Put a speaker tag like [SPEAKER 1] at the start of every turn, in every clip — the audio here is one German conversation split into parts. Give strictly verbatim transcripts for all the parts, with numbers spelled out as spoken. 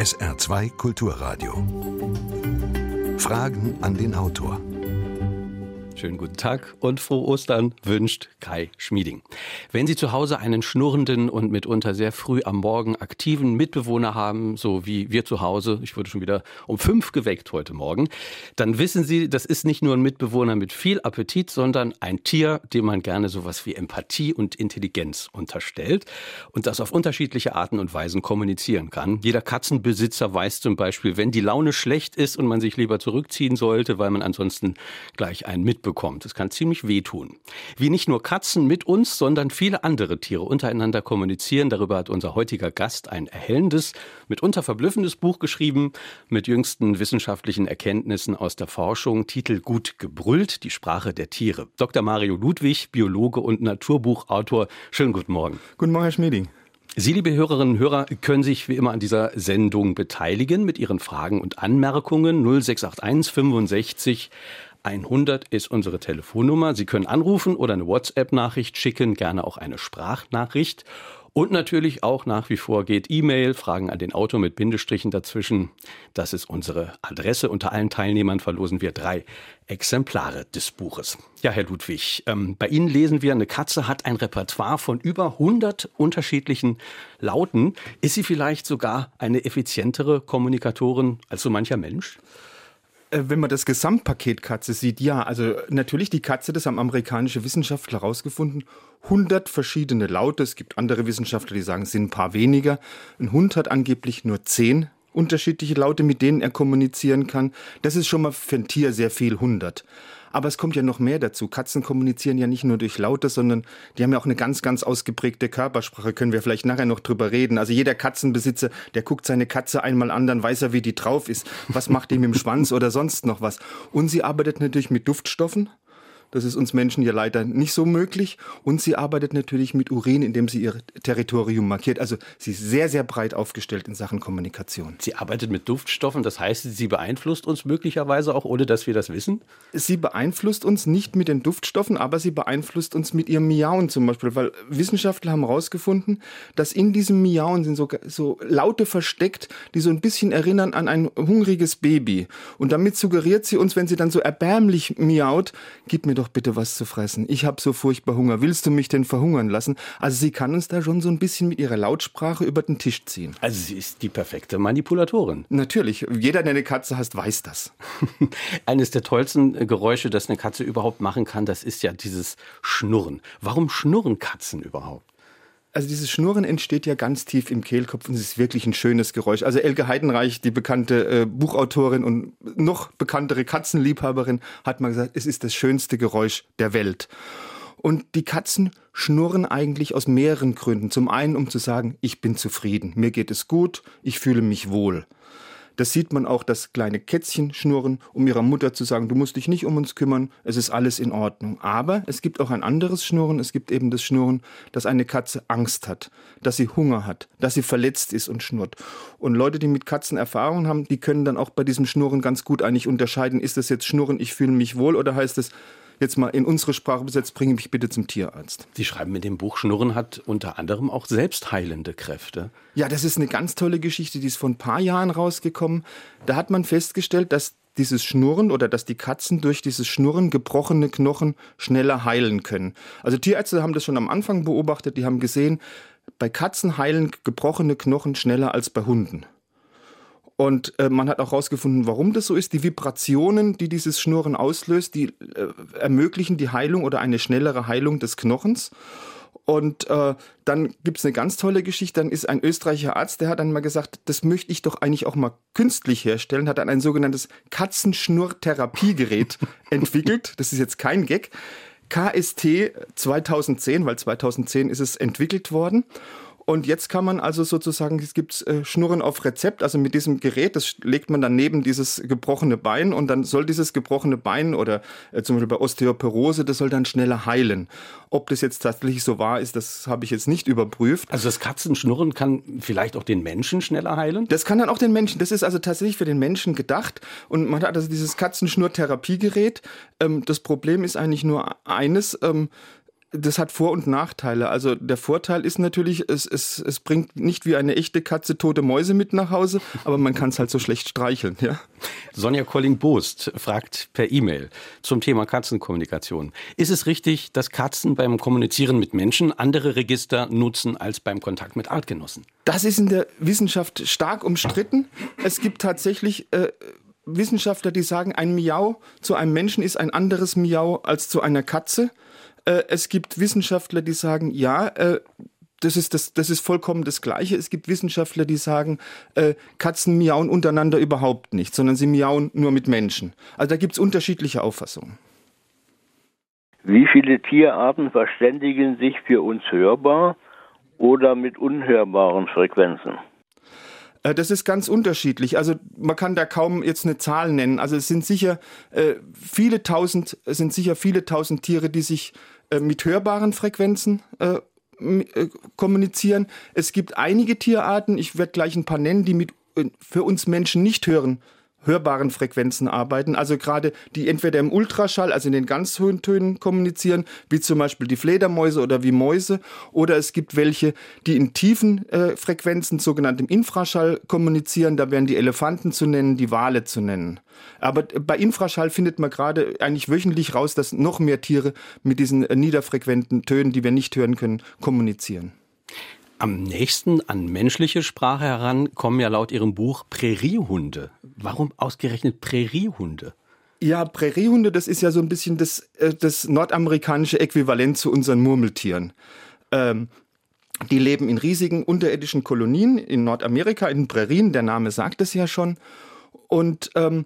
[SPEAKER 1] S R zwei Kulturradio. Fragen an den Autor.
[SPEAKER 2] Schönen guten Tag und frohe Ostern wünscht Kai Schmieding. Wenn Sie zu Hause einen schnurrenden und mitunter sehr früh am Morgen aktiven Mitbewohner haben, so wie wir zu Hause, ich wurde schon wieder um fünf geweckt heute Morgen, dann wissen Sie, das ist nicht nur ein Mitbewohner mit viel Appetit, sondern ein Tier, dem man gerne sowas wie Empathie und Intelligenz unterstellt und das auf unterschiedliche Arten und Weisen kommunizieren kann. Jeder Katzenbesitzer weiß zum Beispiel, wenn die Laune schlecht ist und man sich lieber zurückziehen sollte, weil man ansonsten gleich einen Mitbewohner bekommt. Das kann ziemlich wehtun. Wie nicht nur Katzen mit uns, sondern viele andere Tiere untereinander kommunizieren. Darüber hat unser heutiger Gast ein erhellendes, mitunter verblüffendes Buch geschrieben, mit jüngsten wissenschaftlichen Erkenntnissen aus der Forschung. Titel Gut gebrüllt, die Sprache der Tiere. Doktor Mario Ludwig, Biologe und Naturbuchautor. Schönen guten Morgen.
[SPEAKER 3] Guten Morgen, Herr Schmieding.
[SPEAKER 2] Sie, liebe Hörerinnen und Hörer, können sich wie immer an dieser Sendung beteiligen mit Ihren Fragen und Anmerkungen. null sechs acht eins fünfundsechzig hundert ist unsere Telefonnummer. Sie können anrufen oder eine WhatsApp-Nachricht schicken, gerne auch eine Sprachnachricht. Und natürlich auch nach wie vor geht E-Mail, Fragen an den Autor mit Bindestrichen dazwischen. Das ist unsere Adresse. Unter allen Teilnehmern verlosen wir drei Exemplare des Buches. Ja, Herr Ludwig, ähm, bei Ihnen lesen wir, eine Katze hat ein Repertoire von über hundert unterschiedlichen Lauten. Ist sie vielleicht sogar eine effizientere Kommunikatorin als so mancher Mensch?
[SPEAKER 3] Wenn man das Gesamtpaket Katze sieht, ja, also natürlich die Katze, das haben amerikanische Wissenschaftler herausgefunden, hundert verschiedene Laute. Es gibt andere Wissenschaftler, die sagen, es sind ein paar weniger. Ein Hund hat angeblich nur zehn unterschiedliche Laute, mit denen er kommunizieren kann. Das ist schon mal für ein Tier sehr viel, hundert. Aber es kommt ja noch mehr dazu. Katzen kommunizieren ja nicht nur durch Laute, sondern die haben ja auch eine ganz, ganz ausgeprägte Körpersprache. Können wir vielleicht nachher noch drüber reden. Also jeder Katzenbesitzer, der guckt seine Katze einmal an, dann weiß er, wie die drauf ist. Was macht die mit dem Schwanz oder sonst noch was. Und sie arbeitet natürlich mit Duftstoffen. Das ist uns Menschen ja leider nicht so möglich. Und sie arbeitet natürlich mit Urin, indem sie ihr Territorium markiert. Also sie ist sehr, sehr breit aufgestellt in Sachen Kommunikation.
[SPEAKER 2] Sie arbeitet mit Duftstoffen, das heißt, sie beeinflusst uns möglicherweise auch, ohne dass wir das wissen?
[SPEAKER 3] Sie beeinflusst uns nicht mit den Duftstoffen, aber sie beeinflusst uns mit ihrem Miauen zum Beispiel. Weil Wissenschaftler haben herausgefunden, dass in diesem Miauen sind so, so Laute versteckt, die so ein bisschen erinnern an ein hungriges Baby. Und damit suggeriert sie uns, wenn sie dann so erbärmlich miaut, gib mir doch doch bitte was zu fressen. Ich habe so furchtbar Hunger. Willst du mich denn verhungern lassen? Also sie kann uns da schon so ein bisschen mit ihrer Lautsprache über den Tisch ziehen.
[SPEAKER 2] Also sie ist die perfekte Manipulatorin.
[SPEAKER 3] Natürlich. Jeder, der eine Katze hasst, weiß das.
[SPEAKER 2] Eines der tollsten Geräusche, das eine Katze überhaupt machen kann, das ist ja dieses Schnurren. Warum schnurren Katzen überhaupt?
[SPEAKER 3] Also dieses Schnurren entsteht ja ganz tief im Kehlkopf und es ist wirklich ein schönes Geräusch. Also Elke Heidenreich, die bekannte äh, Buchautorin und noch bekanntere Katzenliebhaberin, hat mal gesagt, es ist das schönste Geräusch der Welt. Und die Katzen schnurren eigentlich aus mehreren Gründen. Zum einen, um zu sagen, ich bin zufrieden, mir geht es gut, ich fühle mich wohl. Das sieht man auch, dass kleine Kätzchen schnurren, um ihrer Mutter zu sagen, du musst dich nicht um uns kümmern, es ist alles in Ordnung. Aber es gibt auch ein anderes Schnurren, es gibt eben das Schnurren, dass eine Katze Angst hat, dass sie Hunger hat, dass sie verletzt ist und schnurrt. Und Leute, die mit Katzen Erfahrung haben, die können dann auch bei diesem Schnurren ganz gut eigentlich unterscheiden, ist das jetzt Schnurren, ich fühle mich wohl, oder heißt es, jetzt mal in unsere Sprache besetzt, bringe mich bitte zum Tierarzt.
[SPEAKER 2] Sie schreiben mit dem Buch, Schnurren hat unter anderem auch selbstheilende Kräfte.
[SPEAKER 3] Ja, das ist eine ganz tolle Geschichte, die ist vor ein paar Jahren rausgekommen. Da hat man festgestellt, dass dieses Schnurren oder dass die Katzen durch dieses Schnurren gebrochene Knochen schneller heilen können. Also Tierärzte haben das schon am Anfang beobachtet, die haben gesehen, bei Katzen heilen gebrochene Knochen schneller als bei Hunden. Und äh, man hat auch herausgefunden, warum das so ist. Die Vibrationen, die dieses Schnurren auslöst, die äh, ermöglichen die Heilung oder eine schnellere Heilung des Knochens. Und äh, dann gibt es eine ganz tolle Geschichte, dann ist ein österreichischer Arzt, der hat dann mal gesagt, das möchte ich doch eigentlich auch mal künstlich herstellen, hat dann ein sogenanntes Katzenschnurrtherapiegerät entwickelt. Das ist jetzt kein Gag. K S T zweitausendzehn, weil zweitausendzehn ist es entwickelt worden. Und jetzt kann man also sozusagen, es gibt äh, Schnurren auf Rezept, also mit diesem Gerät, das legt man dann neben dieses gebrochene Bein und dann soll dieses gebrochene Bein oder äh, zum Beispiel bei Osteoporose, das soll dann schneller heilen. Ob das jetzt tatsächlich so wahr ist, das habe ich jetzt nicht überprüft.
[SPEAKER 2] Also das Katzenschnurren kann vielleicht auch den Menschen schneller heilen?
[SPEAKER 3] Das kann dann auch den Menschen, das ist also tatsächlich für den Menschen gedacht und man hat also dieses Katzenschnurrtherapiegerät. Ähm, das Problem ist eigentlich nur eines, ähm, das hat Vor- und Nachteile. Also der Vorteil ist natürlich, es, es, es bringt nicht wie eine echte Katze tote Mäuse mit nach Hause, aber man kann es halt so schlecht streicheln. Ja?
[SPEAKER 2] Sonja Colling-Boost fragt per E-Mail zum Thema Katzenkommunikation. Ist es richtig, dass Katzen beim Kommunizieren mit Menschen andere Register nutzen als beim Kontakt mit Artgenossen?
[SPEAKER 3] Das ist in der Wissenschaft stark umstritten. Es gibt tatsächlich äh, Wissenschaftler, die sagen, ein Miau zu einem Menschen ist ein anderes Miau als zu einer Katze. Äh, es gibt Wissenschaftler, die sagen, ja, äh, das ist, das, das ist vollkommen das Gleiche. Es gibt Wissenschaftler, die sagen, äh, Katzen miauen untereinander überhaupt nicht, sondern sie miauen nur mit Menschen. Also da gibt es unterschiedliche Auffassungen.
[SPEAKER 4] Wie viele Tierarten verständigen sich für uns hörbar oder mit unhörbaren Frequenzen?
[SPEAKER 3] Das ist ganz unterschiedlich. Also man kann da kaum jetzt eine Zahl nennen. Also es sind sicher äh, viele tausend, es sind sicher viele tausend Tiere, die sich äh, mit hörbaren Frequenzen äh, äh, kommunizieren. Es gibt einige Tierarten, ich werde gleich ein paar nennen, die mit äh, für uns Menschen nicht hören, hörbaren Frequenzen arbeiten, also gerade die entweder im Ultraschall, also in den ganz hohen Tönen kommunizieren, wie zum Beispiel die Fledermäuse oder wie Mäuse, oder es gibt welche, die in tiefen äh, Frequenzen, sogenanntem Infraschall, kommunizieren, da wären die Elefanten zu nennen, die Wale zu nennen. Aber bei Infraschall findet man gerade eigentlich wöchentlich raus, dass noch mehr Tiere mit diesen äh, niederfrequenten Tönen, die wir nicht hören können, kommunizieren.
[SPEAKER 2] Am nächsten an menschliche Sprache heran kommen ja laut Ihrem Buch Präriehunde. Warum ausgerechnet Präriehunde?
[SPEAKER 3] Ja, Präriehunde, das ist ja so ein bisschen das, das nordamerikanische Äquivalent zu unseren Murmeltieren. Ähm, die leben in riesigen unterirdischen Kolonien in Nordamerika, in den Prärien, der Name sagt es ja schon. Und ähm,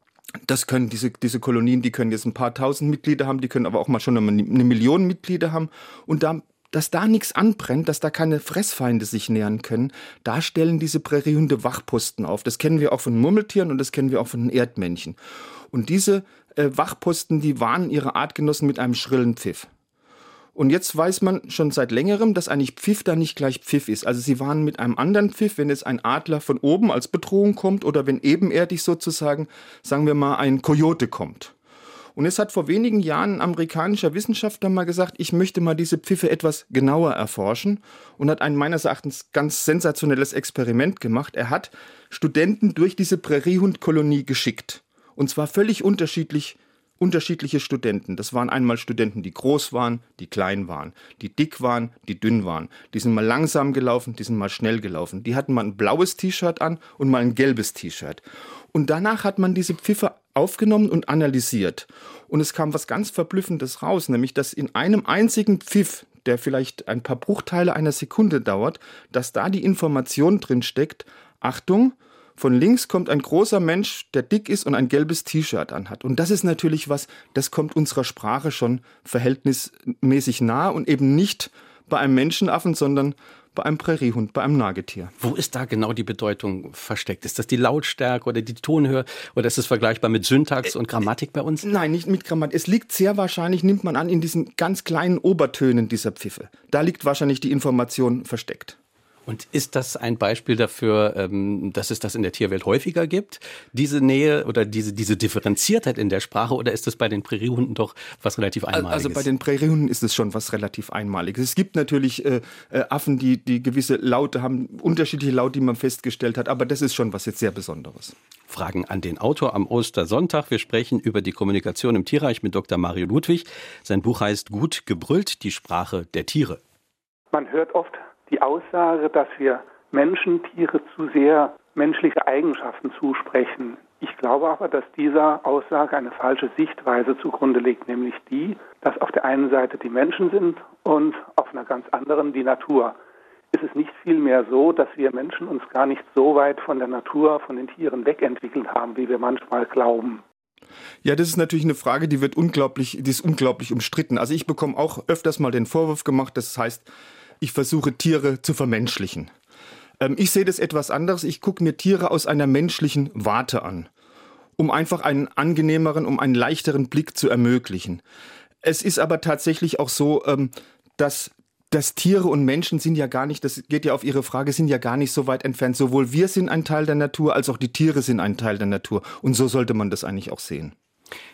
[SPEAKER 3] das können diese, diese Kolonien, die können jetzt ein paar tausend Mitglieder haben, die können aber auch mal schon eine Million Mitglieder haben. Und da dass da nichts anbrennt, dass da keine Fressfeinde sich nähern können, da stellen diese Präriehunde Wachposten auf. Das kennen wir auch von Murmeltieren und das kennen wir auch von den Erdmännchen. Und diese äh, Wachposten, die warnen ihre Artgenossen mit einem schrillen Pfiff. Und jetzt weiß man schon seit längerem, dass eigentlich Pfiff da nicht gleich Pfiff ist. Also sie warnen mit einem anderen Pfiff, wenn jetzt ein Adler von oben als Bedrohung kommt oder wenn ebenerdig sozusagen, sagen wir mal, ein Kojote kommt. Und es hat vor wenigen Jahren ein amerikanischer Wissenschaftler mal gesagt, ich möchte mal diese Pfiffe etwas genauer erforschen und hat ein meines Erachtens ganz sensationelles Experiment gemacht. Er hat Studenten durch diese Präriehundkolonie geschickt. Und zwar völlig unterschiedlich, unterschiedliche Studenten. Das waren einmal Studenten, die groß waren, die klein waren, die dick waren, die dünn waren. Die sind mal langsam gelaufen, die sind mal schnell gelaufen. Die hatten mal ein blaues T-Shirt an und mal ein gelbes T-Shirt. Und danach hat man diese Pfiffe aufgenommen und analysiert. Und es kam was ganz Verblüffendes raus, nämlich dass in einem einzigen Pfiff, der vielleicht ein paar Bruchteile einer Sekunde dauert, dass da die Information drin steckt, Achtung, von links kommt ein großer Mensch, der dick ist und ein gelbes T-Shirt anhat. Und das ist natürlich was, das kommt unserer Sprache schon verhältnismäßig nah und eben nicht bei einem Menschenaffen, sondern bei einem Präriehund, bei einem Nagetier.
[SPEAKER 2] Wo ist da genau die Bedeutung versteckt? Ist das die Lautstärke oder die Tonhöhe oder ist es vergleichbar mit Syntax und Grammatik bei uns?
[SPEAKER 3] Nein, nicht mit Grammatik. Es liegt sehr wahrscheinlich, nimmt man an, in diesen ganz kleinen Obertönen dieser Pfiffe. Da liegt wahrscheinlich die Information versteckt.
[SPEAKER 2] Und ist das ein Beispiel dafür, dass es das in der Tierwelt häufiger gibt, diese Nähe oder diese, diese Differenziertheit in der Sprache, oder ist das bei den Präriehunden doch was relativ Einmaliges?
[SPEAKER 3] Also bei den Präriehunden ist es schon was relativ Einmaliges. Es gibt natürlich äh, Affen, die, die gewisse Laute haben, unterschiedliche Laute, die man festgestellt hat, aber das ist schon was jetzt sehr Besonderes.
[SPEAKER 2] Fragen an den Autor am Ostersonntag. Wir sprechen über die Kommunikation im Tierreich mit Doktor Mario Ludwig. Sein Buch heißt Gut gebrüllt, die Sprache der Tiere.
[SPEAKER 5] Man hört oft die Aussage, dass wir Menschen, Tiere zu sehr menschliche Eigenschaften zusprechen. Ich glaube aber, dass dieser Aussage eine falsche Sichtweise zugrunde liegt, nämlich die, dass auf der einen Seite die Menschen sind und auf einer ganz anderen die Natur. Ist es nicht vielmehr so, dass wir Menschen uns gar nicht so weit von der Natur, von den Tieren wegentwickelt haben, wie wir manchmal glauben?
[SPEAKER 3] Ja, das ist natürlich eine Frage, die wird unglaublich, die ist unglaublich umstritten. Also ich bekomme auch öfters mal den Vorwurf gemacht, das heißt, ich versuche Tiere zu vermenschlichen. Ähm, ich sehe das etwas anders. Ich gucke mir Tiere aus einer menschlichen Warte an, um einfach einen angenehmeren, um einen leichteren Blick zu ermöglichen. Es ist aber tatsächlich auch so, ähm, dass, dass Tiere und Menschen sind ja gar nicht, das geht ja auf Ihre Frage, sind ja gar nicht so weit entfernt. Sowohl wir sind ein Teil der Natur, als auch die Tiere sind ein Teil der Natur. Und so sollte man das eigentlich auch sehen.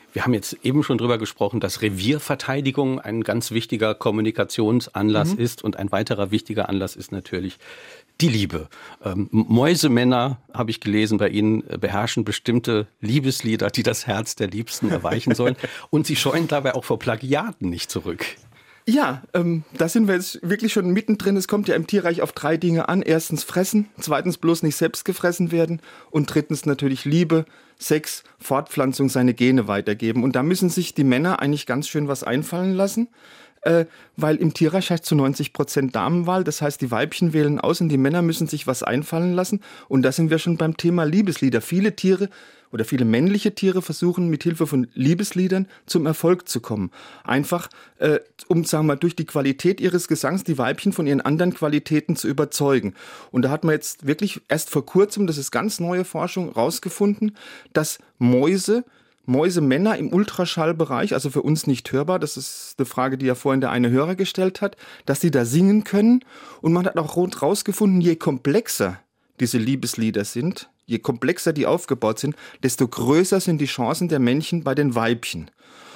[SPEAKER 2] Wir haben jetzt eben schon drüber gesprochen, dass Revierverteidigung ein ganz wichtiger Kommunikationsanlass mhm. ist. Und ein weiterer wichtiger Anlass ist natürlich die Liebe. Ähm, Mäusemänner, habe ich gelesen, bei Ihnen beherrschen bestimmte Liebeslieder, die das Herz der Liebsten erweichen sollen. Und sie scheuen dabei auch vor Plagiaten nicht zurück.
[SPEAKER 3] Ja, ähm, da sind wir jetzt wirklich schon mittendrin. Es kommt ja im Tierreich auf drei Dinge an. Erstens fressen, zweitens bloß nicht selbst gefressen werden und drittens natürlich Liebe, Sex, Fortpflanzung, seine Gene weitergeben. Und da müssen sich die Männer eigentlich ganz schön was einfallen lassen, äh, weil im Tierreich heißt zu neunzig Prozent Damenwahl. Das heißt, die Weibchen wählen aus und die Männer müssen sich was einfallen lassen. Und da sind wir schon beim Thema Liebeslieder. Viele Tiere oder viele männliche Tiere versuchen mit Hilfe von Liebesliedern zum Erfolg zu kommen. Einfach, äh, um, sagen wir mal, durch die Qualität ihres Gesangs die Weibchen von ihren anderen Qualitäten zu überzeugen. Und da hat man jetzt wirklich erst vor kurzem, das ist ganz neue Forschung, rausgefunden, dass Mäuse, Mäusemänner im Ultraschallbereich, also für uns nicht hörbar, das ist eine Frage, die ja vorhin der eine Hörer gestellt hat, dass die da singen können. Und man hat auch rausgefunden, je komplexer diese Liebeslieder sind, je komplexer die aufgebaut sind, desto größer sind die Chancen der Männchen bei den Weibchen.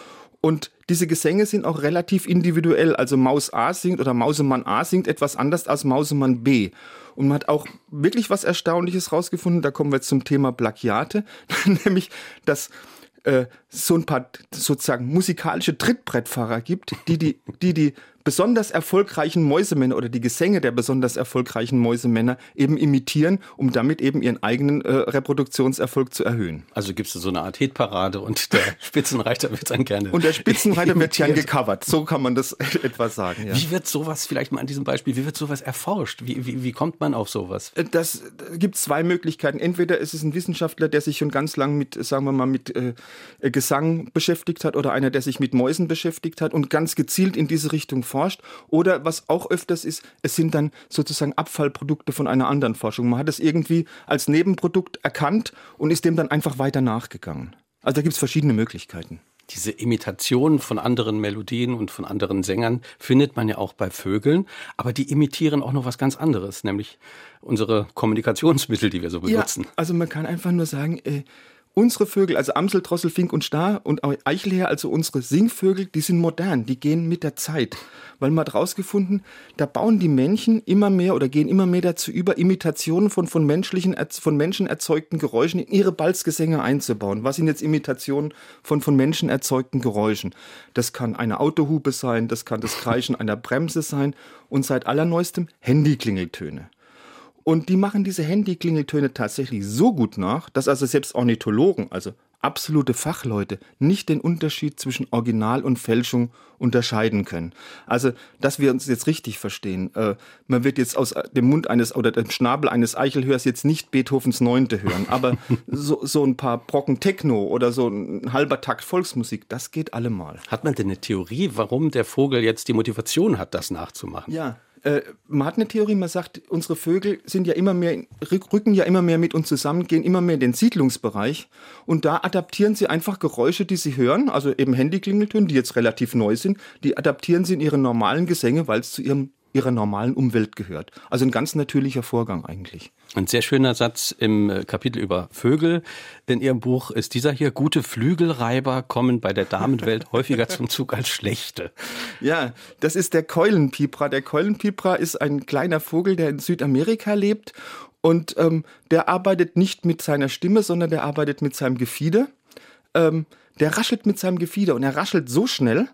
[SPEAKER 3] Und diese Gesänge sind auch relativ individuell. Also Maus A singt oder Mausemann A singt etwas anders als Mausemann B. Und man hat auch wirklich was Erstaunliches rausgefunden. Da kommen wir jetzt zum Thema Plagiate. Nämlich, dass äh, so ein paar sozusagen musikalische Trittbrettfahrer gibt, die die, die, die besonders erfolgreichen Mäusemänner oder die Gesänge der besonders erfolgreichen Mäusemänner eben imitieren, um damit eben ihren eigenen äh, Reproduktionserfolg zu erhöhen.
[SPEAKER 2] Also gibt es so eine Art Hitparade und der Spitzenreiter wird dann gerne...
[SPEAKER 3] Und der Spitzenreiter wird gern gecovert. So kann man das etwa sagen. Ja.
[SPEAKER 2] Wie wird sowas, vielleicht mal an diesem Beispiel, wie wird sowas erforscht? Wie, wie, wie kommt man auf sowas?
[SPEAKER 3] Das da gibt zwei Möglichkeiten. Entweder ist es ein Wissenschaftler, der sich schon ganz lang mit, sagen wir mal, mit äh, Gesang beschäftigt hat oder einer, der sich mit Mäusen beschäftigt hat und ganz gezielt in diese Richtung forscht. Oder was auch öfters ist, es sind dann sozusagen Abfallprodukte von einer anderen Forschung. Man hat es irgendwie als Nebenprodukt erkannt und ist dem dann einfach weiter nachgegangen. Also da gibt es verschiedene Möglichkeiten.
[SPEAKER 2] Diese Imitation von anderen Melodien und von anderen Sängern findet man ja auch bei Vögeln, aber die imitieren auch noch was ganz anderes, nämlich unsere Kommunikationsmittel, die wir so benutzen.
[SPEAKER 3] Ja, also man kann einfach nur sagen, äh, unsere Vögel, also Amsel, Drossel, Fink und Star und auch Eichelherr, also unsere Singvögel, die sind modern, die gehen mit der Zeit. Weil man hat rausgefunden, da bauen die Männchen immer mehr oder gehen immer mehr dazu über, Imitationen von, von, menschlichen, von Menschen erzeugten Geräuschen in ihre Balzgesänge einzubauen. Was sind jetzt Imitationen von, von Menschen erzeugten Geräuschen? Das kann eine Autohupe sein, das kann das Kreischen einer Bremse sein und seit allerneuestem Handyklingeltöne. Und die machen diese Handyklingeltöne tatsächlich so gut nach, dass also selbst Ornithologen, also absolute Fachleute, nicht den Unterschied zwischen Original und Fälschung unterscheiden können. Also, dass wir uns jetzt richtig verstehen. Äh, man wird jetzt aus dem Mund eines oder dem Schnabel eines Eichelhörs jetzt nicht Beethovens Neunte hören, aber so, so ein paar Brocken Techno oder so ein halber Takt Volksmusik, das geht allemal.
[SPEAKER 2] Hat man denn eine Theorie, warum der Vogel jetzt die Motivation hat, das nachzumachen?
[SPEAKER 3] Ja. Äh, man hat eine Theorie, man sagt, unsere Vögel sind ja immer mehr, rücken ja immer mehr mit uns zusammen, gehen immer mehr in den Siedlungsbereich und da adaptieren sie einfach Geräusche, die sie hören, also eben Handyklingeltöne, die jetzt relativ neu sind, die adaptieren sie in ihre normalen Gesänge, weil es zu ihrem ihrer normalen Umwelt gehört. Also ein ganz natürlicher Vorgang eigentlich.
[SPEAKER 2] Ein sehr schöner Satz im Kapitel über Vögel in Ihrem Buch ist dieser hier: Gute Flügelreiber kommen bei der Damenwelt häufiger zum Zug als schlechte.
[SPEAKER 3] Ja, das ist der Keulenpipra. Der Keulenpipra ist ein kleiner Vogel, der in Südamerika lebt und ähm, der arbeitet nicht mit seiner Stimme, sondern der arbeitet mit seinem Gefieder. Ähm, der raschelt mit seinem Gefieder und er raschelt so schnell,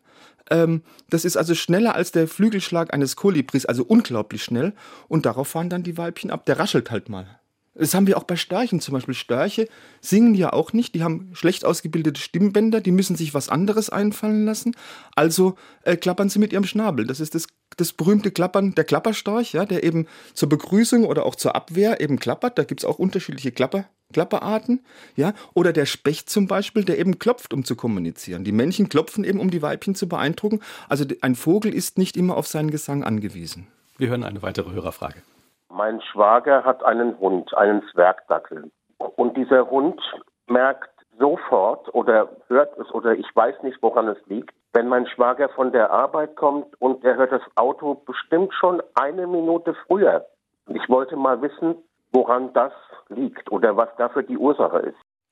[SPEAKER 3] das ist also schneller als der Flügelschlag eines Kolibris, also unglaublich schnell. Und darauf fahren dann die Weibchen ab. Der raschelt halt mal. Das haben wir auch bei Störchen zum Beispiel. Störche singen ja auch nicht. Die haben schlecht ausgebildete Stimmbänder. Die müssen sich was anderes einfallen lassen. Also äh, klappern sie mit ihrem Schnabel. Das ist das, das berühmte Klappern, der Klapperstorch, ja, der eben zur Begrüßung oder auch zur Abwehr eben klappert. Da gibt es auch unterschiedliche Klapper. Klapperarten, ja, oder der Specht zum Beispiel, der eben klopft, um zu kommunizieren. Die Männchen klopfen eben, um die Weibchen zu beeindrucken. Also ein Vogel ist nicht immer auf seinen Gesang angewiesen.
[SPEAKER 2] Wir hören eine weitere Hörerfrage.
[SPEAKER 6] Mein Schwager hat einen Hund, einen Zwergdackel. Und dieser Hund merkt sofort oder hört es oder ich weiß nicht, woran es liegt, wenn mein Schwager von der Arbeit kommt und er hört das Auto bestimmt schon eine Minute früher. Ich wollte mal wissen, woran das liegt oder was dafür die Ursache ist.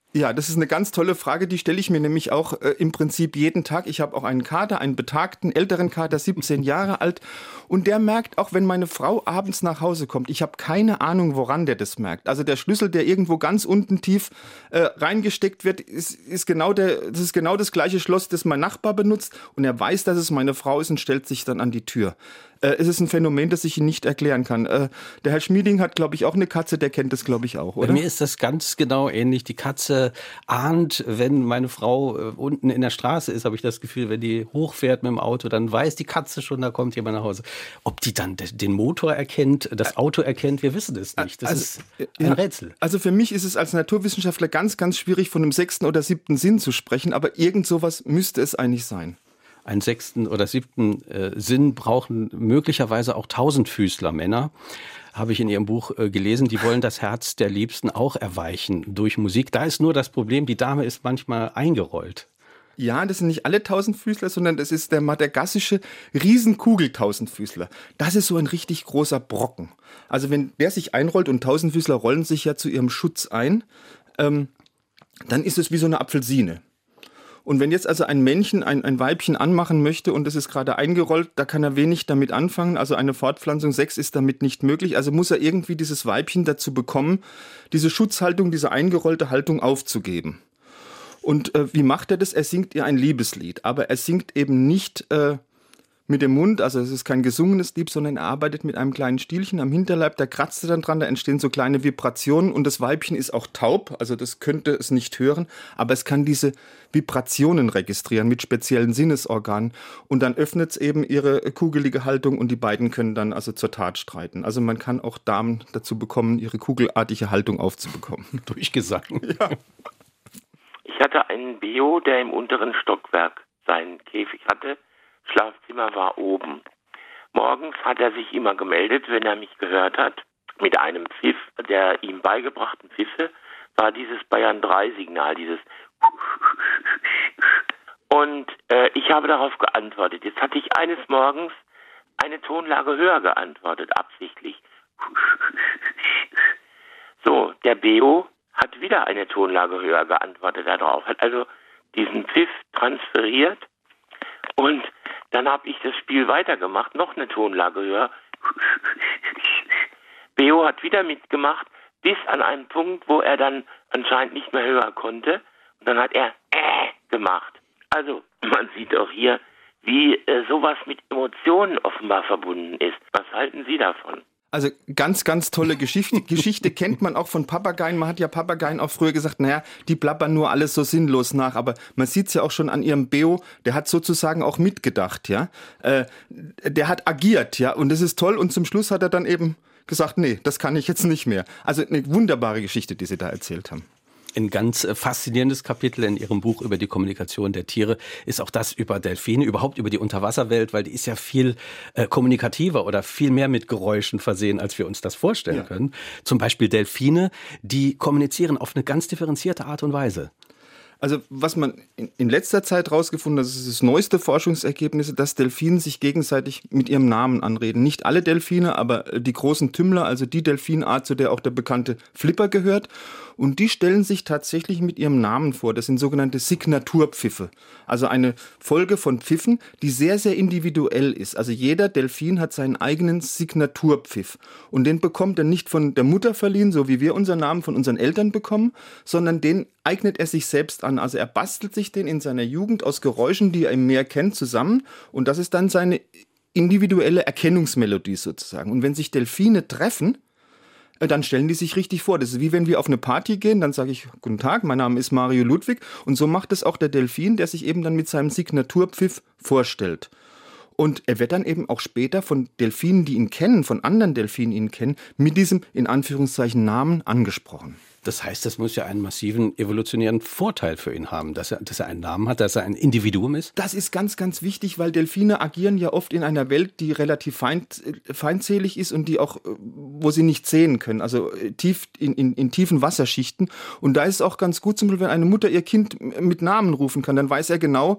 [SPEAKER 3] Ja, das ist eine ganz tolle Frage, die stelle ich mir nämlich auch äh, im Prinzip jeden Tag. Ich habe auch einen Kater, einen betagten, älteren Kater, siebzehn Jahre alt, und der merkt auch, wenn meine Frau abends nach Hause kommt, ich habe keine Ahnung, woran der das merkt. Also der Schlüssel, der irgendwo ganz unten tief äh, reingesteckt wird, ist, ist genau der, das ist genau das gleiche Schloss, das mein Nachbar benutzt, und er weiß, dass es meine Frau ist und stellt sich dann an die Tür. Äh, es ist ein Phänomen, das ich Ihnen nicht erklären kann. Äh, der Herr Schmieding hat, glaube ich, auch eine Katze, der kennt das, glaube ich, auch, oder?
[SPEAKER 2] Bei mir ist das ganz genau ähnlich. Die Katze ahnt, wenn meine Frau äh, unten in der Straße ist, habe ich das Gefühl, wenn die hochfährt mit dem Auto, dann weiß die Katze schon, da kommt jemand nach Hause. Ob die dann de- den Motor erkennt, das Auto erkennt, wir wissen es nicht. Das
[SPEAKER 3] also,
[SPEAKER 2] ist ein
[SPEAKER 3] ja,
[SPEAKER 2] Rätsel.
[SPEAKER 3] Also für mich ist es als Naturwissenschaftler ganz, ganz schwierig, von einem sechsten oder siebten Sinn zu sprechen, aber irgend sowas müsste es eigentlich sein.
[SPEAKER 2] Einen sechsten oder siebten äh, Sinn brauchen möglicherweise auch Tausendfüßler Männer. Habe ich in Ihrem Buch äh, gelesen, die wollen das Herz der Liebsten auch erweichen durch Musik. Da ist nur das Problem, die Dame ist manchmal eingerollt.
[SPEAKER 3] Ja, das sind nicht alle Tausendfüßler, sondern das ist der madagassische Riesenkugel-Tausendfüßler. Das ist so ein richtig großer Brocken. Also wenn der sich einrollt, und Tausendfüßler rollen sich ja zu ihrem Schutz ein, ähm, dann ist es wie so eine Apfelsine. Und wenn jetzt also ein Männchen ein, ein Weibchen anmachen möchte und es ist gerade eingerollt, da kann er wenig damit anfangen. Also eine Fortpflanzung Sex ist damit nicht möglich. Also muss er irgendwie dieses Weibchen dazu bekommen, diese Schutzhaltung, diese eingerollte Haltung aufzugeben. Und äh, wie macht er das? Er singt ihr ein Liebeslied, aber er singt eben nicht äh, mit dem Mund, also es ist kein gesungenes Lied, sondern er arbeitet mit einem kleinen Stielchen am Hinterleib, da kratzt er dann dran, da entstehen so kleine Vibrationen, und das Weibchen ist auch taub, also das könnte es nicht hören, aber es kann diese Vibrationen registrieren mit speziellen Sinnesorganen, und dann öffnet es eben ihre kugelige Haltung, und die beiden können dann also zur Tat streiten. Also man kann auch Damen dazu bekommen, ihre kugelartige Haltung aufzubekommen.
[SPEAKER 2] Durch Gesang.
[SPEAKER 3] Ja.
[SPEAKER 7] Ich hatte einen Bio, der im unteren Stockwerk seinen Käfig hatte. Schlafzimmer war oben. Morgens hat er sich immer gemeldet, wenn er mich gehört hat. Mit einem Pfiff, der ihm beigebrachten Pfiffe, war dieses Bayern drei Signal, dieses und äh, ich habe darauf geantwortet. Jetzt hatte ich eines Morgens eine Tonlage höher geantwortet, absichtlich. So, der Beo hat wieder eine Tonlage höher geantwortet darauf, hat also diesen Pfiff transferiert, und dann habe ich das Spiel weitergemacht, noch eine Tonlage höher. Beo hat wieder mitgemacht, bis an einen Punkt, wo er dann anscheinend nicht mehr höher konnte, und dann hat er äh gemacht. Also, man sieht auch hier, wie äh, sowas mit Emotionen offenbar verbunden ist. Was halten Sie davon?
[SPEAKER 3] Also ganz, ganz tolle Geschichte. Geschichte kennt man auch von Papageien. Man hat ja Papageien auch früher gesagt, naja, die plappern nur alles so sinnlos nach. Aber man sieht es ja auch schon an ihrem Beo, der hat sozusagen auch mitgedacht, ja. Äh, der hat agiert, ja. Und das ist toll. Und zum Schluss hat er dann eben gesagt, nee, das kann ich jetzt nicht mehr. Also eine wunderbare Geschichte, die Sie da erzählt haben.
[SPEAKER 2] Ein ganz faszinierendes Kapitel in Ihrem Buch über die Kommunikation der Tiere ist auch das über Delfine, überhaupt über die Unterwasserwelt, weil die ist ja viel äh, kommunikativer oder viel mehr mit Geräuschen versehen, als wir uns das vorstellen ja. können. Zum Beispiel Delfine, die kommunizieren auf eine ganz differenzierte Art und Weise.
[SPEAKER 3] Also was man in letzter Zeit rausgefunden hat, das ist das neueste Forschungsergebnis, dass Delfine sich gegenseitig mit ihrem Namen anreden. Nicht alle Delfine, aber die großen Tümmler, also die Delfinart, zu der auch der bekannte Flipper gehört. Und die stellen sich tatsächlich mit ihrem Namen vor. Das sind sogenannte Signaturpfiffe. Also eine Folge von Pfiffen, die sehr, sehr individuell ist. Also jeder Delfin hat seinen eigenen Signaturpfiff. Und den bekommt er nicht von der Mutter verliehen, so wie wir unseren Namen von unseren Eltern bekommen, sondern den eignet er sich selbst an. Also er bastelt sich den in seiner Jugend aus Geräuschen, die er im Meer kennt, zusammen. Und das ist dann seine individuelle Erkennungsmelodie sozusagen. Und wenn sich Delfine treffen, dann stellen die sich richtig vor. Das ist wie wenn wir auf eine Party gehen, dann sage ich, guten Tag, mein Name ist Mario Ludwig. Und so macht es auch der Delfin, der sich eben dann mit seinem Signaturpfiff vorstellt. Und er wird dann eben auch später von Delfinen, die ihn kennen, von anderen Delfinen, die ihn kennen, mit diesem, in Anführungszeichen, Namen angesprochen.
[SPEAKER 2] Das heißt, das muss ja einen massiven evolutionären Vorteil für ihn haben, dass er, dass er einen Namen hat, dass er ein Individuum ist?
[SPEAKER 3] Das ist ganz, ganz wichtig, weil Delfine agieren ja oft in einer Welt, die relativ feind, feindselig ist und die auch, wo sie nicht sehen können, also tief in, in, in tiefen Wasserschichten. Und da ist es auch ganz gut, zum Beispiel, wenn eine Mutter ihr Kind mit Namen rufen kann, dann weiß er genau,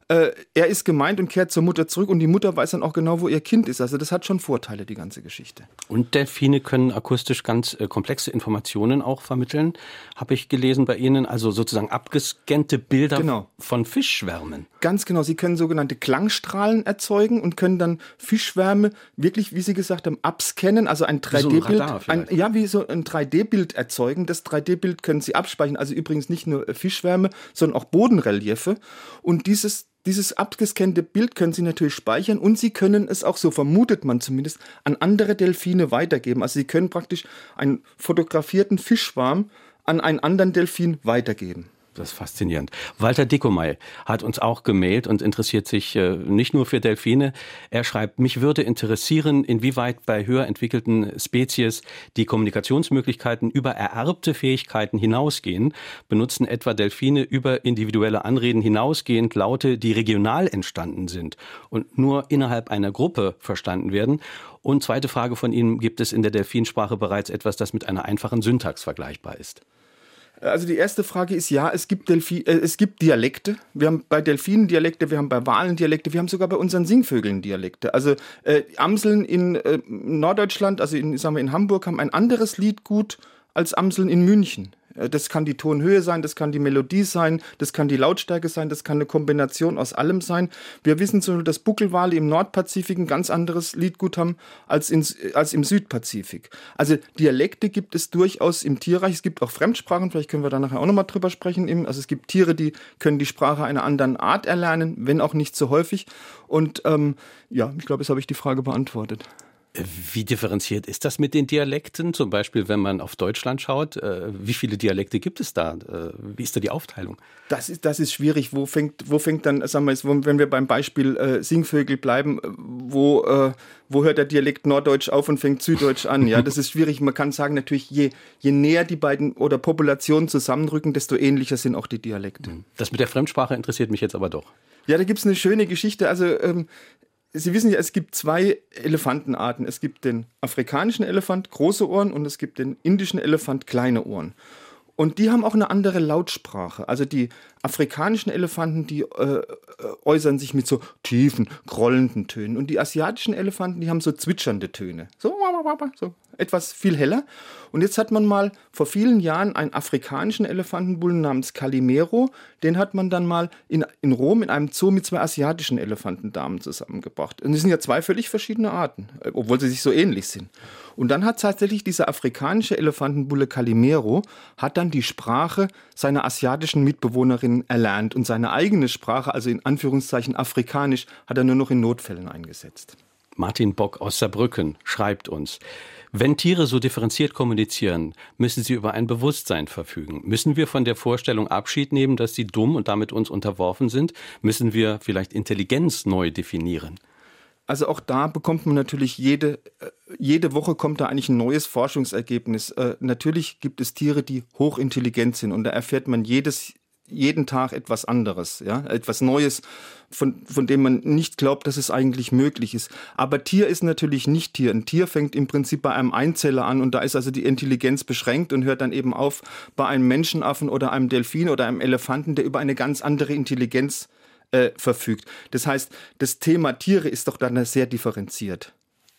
[SPEAKER 3] äh, er ist gemeint und kehrt zur Mutter zurück und die Mutter weiß dann auch genau, wo ihr Kind ist. Also das hat schon Vorteile, die ganze Geschichte.
[SPEAKER 2] Und Delfine können akustisch ganz äh, komplexe Informationen auch vermitteln, habe ich gelesen bei Ihnen, also sozusagen abgescannte Bilder
[SPEAKER 3] genau.
[SPEAKER 2] von Fischschwärmen.
[SPEAKER 3] Ganz genau, sie können sogenannte Klangstrahlen erzeugen und können dann Fischschwärme wirklich, wie Sie gesagt haben, abscannen, also ein drei D-Bild, so ein, ja, wie so ein drei D-Bild erzeugen. Das drei D-Bild können sie abspeichern, also übrigens nicht nur Fischschwärme, sondern auch Bodenreliefe. Und dieses Dieses abgescannte Bild können Sie natürlich speichern und Sie können es auch, so vermutet man zumindest, an andere Delfine weitergeben. Also Sie können praktisch einen fotografierten Fischschwarm an einen anderen Delfin weitergeben.
[SPEAKER 2] Das ist faszinierend. Walter Dickomey hat uns auch gemailt und interessiert sich äh, nicht nur für Delfine. Er schreibt, mich würde interessieren, inwieweit bei höher entwickelten Spezies die Kommunikationsmöglichkeiten über ererbte Fähigkeiten hinausgehen. Benutzen etwa Delfine über individuelle Anreden hinausgehend Laute, die regional entstanden sind und nur innerhalb einer Gruppe verstanden werden? Und zweite Frage von Ihnen, gibt es in der Delfinsprache bereits etwas, das mit einer einfachen Syntax vergleichbar ist?
[SPEAKER 3] Also die erste Frage ist ja, es gibt, Delfi- äh, es gibt Dialekte. Wir haben bei Delfinen Dialekte, wir haben bei Walen Dialekte, wir haben sogar bei unseren Singvögeln Dialekte. Also äh, Amseln in äh, Norddeutschland, also in, sagen wir in Hamburg, haben ein anderes Liedgut als Amseln in München. Das kann die Tonhöhe sein, das kann die Melodie sein, das kann die Lautstärke sein, das kann eine Kombination aus allem sein. Wir wissen zum Beispiel, dass Buckelwale im Nordpazifik ein ganz anderes Liedgut haben als, in, als im Südpazifik. Also Dialekte gibt es durchaus im Tierreich. Es gibt auch Fremdsprachen, vielleicht können wir da nachher auch nochmal drüber sprechen. Also es gibt Tiere, die können die Sprache einer anderen Art erlernen, wenn auch nicht so häufig. Und ähm, ja, ich glaube, jetzt habe ich die Frage beantwortet.
[SPEAKER 2] Wie differenziert ist das mit den Dialekten? Zum Beispiel, wenn man auf Deutschland schaut, äh, wie viele Dialekte gibt es da? Äh, wie ist da die Aufteilung?
[SPEAKER 3] Das ist, das ist schwierig. Wo fängt, wo fängt dann, sagen wir jetzt, wenn wir beim Beispiel äh, Singvögel bleiben, wo, äh, wo hört der Dialekt Norddeutsch auf und fängt Süddeutsch an? Ja, das ist schwierig. Man kann sagen, natürlich, je, je näher die beiden oder Populationen zusammenrücken, desto ähnlicher sind auch die Dialekte.
[SPEAKER 2] Das mit der Fremdsprache interessiert mich jetzt aber doch.
[SPEAKER 3] Ja, da gibt es eine schöne Geschichte. Also, ähm, Sie wissen ja, es gibt zwei Elefantenarten. Es gibt den afrikanischen Elefant, große Ohren, und es gibt den indischen Elefant, kleine Ohren. Und die haben auch eine andere Lautsprache. Also die afrikanischen Elefanten, die äh, äußern sich mit so tiefen, grollenden Tönen. Und die asiatischen Elefanten, die haben so zwitschernde Töne. So, so etwas viel heller. Und jetzt hat man mal vor vielen Jahren einen afrikanischen Elefantenbullen namens Calimero, den hat man dann mal in, in Rom in einem Zoo mit zwei asiatischen Elefantendamen zusammengebracht. Und das sind ja zwei völlig verschiedene Arten, obwohl sie sich so ähnlich sind. Und dann hat tatsächlich dieser afrikanische Elefantenbulle Calimero hat dann die Sprache seiner asiatischen Mitbewohnerinnen erlernt und seine eigene Sprache, also in Anführungszeichen afrikanisch, hat er nur noch in Notfällen eingesetzt.
[SPEAKER 2] Martin Bock aus Saarbrücken schreibt uns: Wenn Tiere so differenziert kommunizieren, müssen sie über ein Bewusstsein verfügen. Müssen wir von der Vorstellung Abschied nehmen, dass sie dumm und damit uns unterworfen sind? Müssen wir vielleicht Intelligenz neu definieren?
[SPEAKER 3] Also auch da bekommt man natürlich jede, jede Woche kommt da eigentlich ein neues Forschungsergebnis. Äh, natürlich gibt es Tiere, die hochintelligent sind, und da erfährt man jedes, jeden Tag etwas anderes, ja, etwas Neues, von, von dem man nicht glaubt, dass es eigentlich möglich ist. Aber Tier ist natürlich nicht Tier. Ein Tier fängt im Prinzip bei einem Einzeller an, und da ist also die Intelligenz beschränkt und hört dann eben auf bei einem Menschenaffen oder einem Delfin oder einem Elefanten, der über eine ganz andere Intelligenz Äh, verfügt. Das heißt, das Thema Tiere ist doch dann sehr differenziert.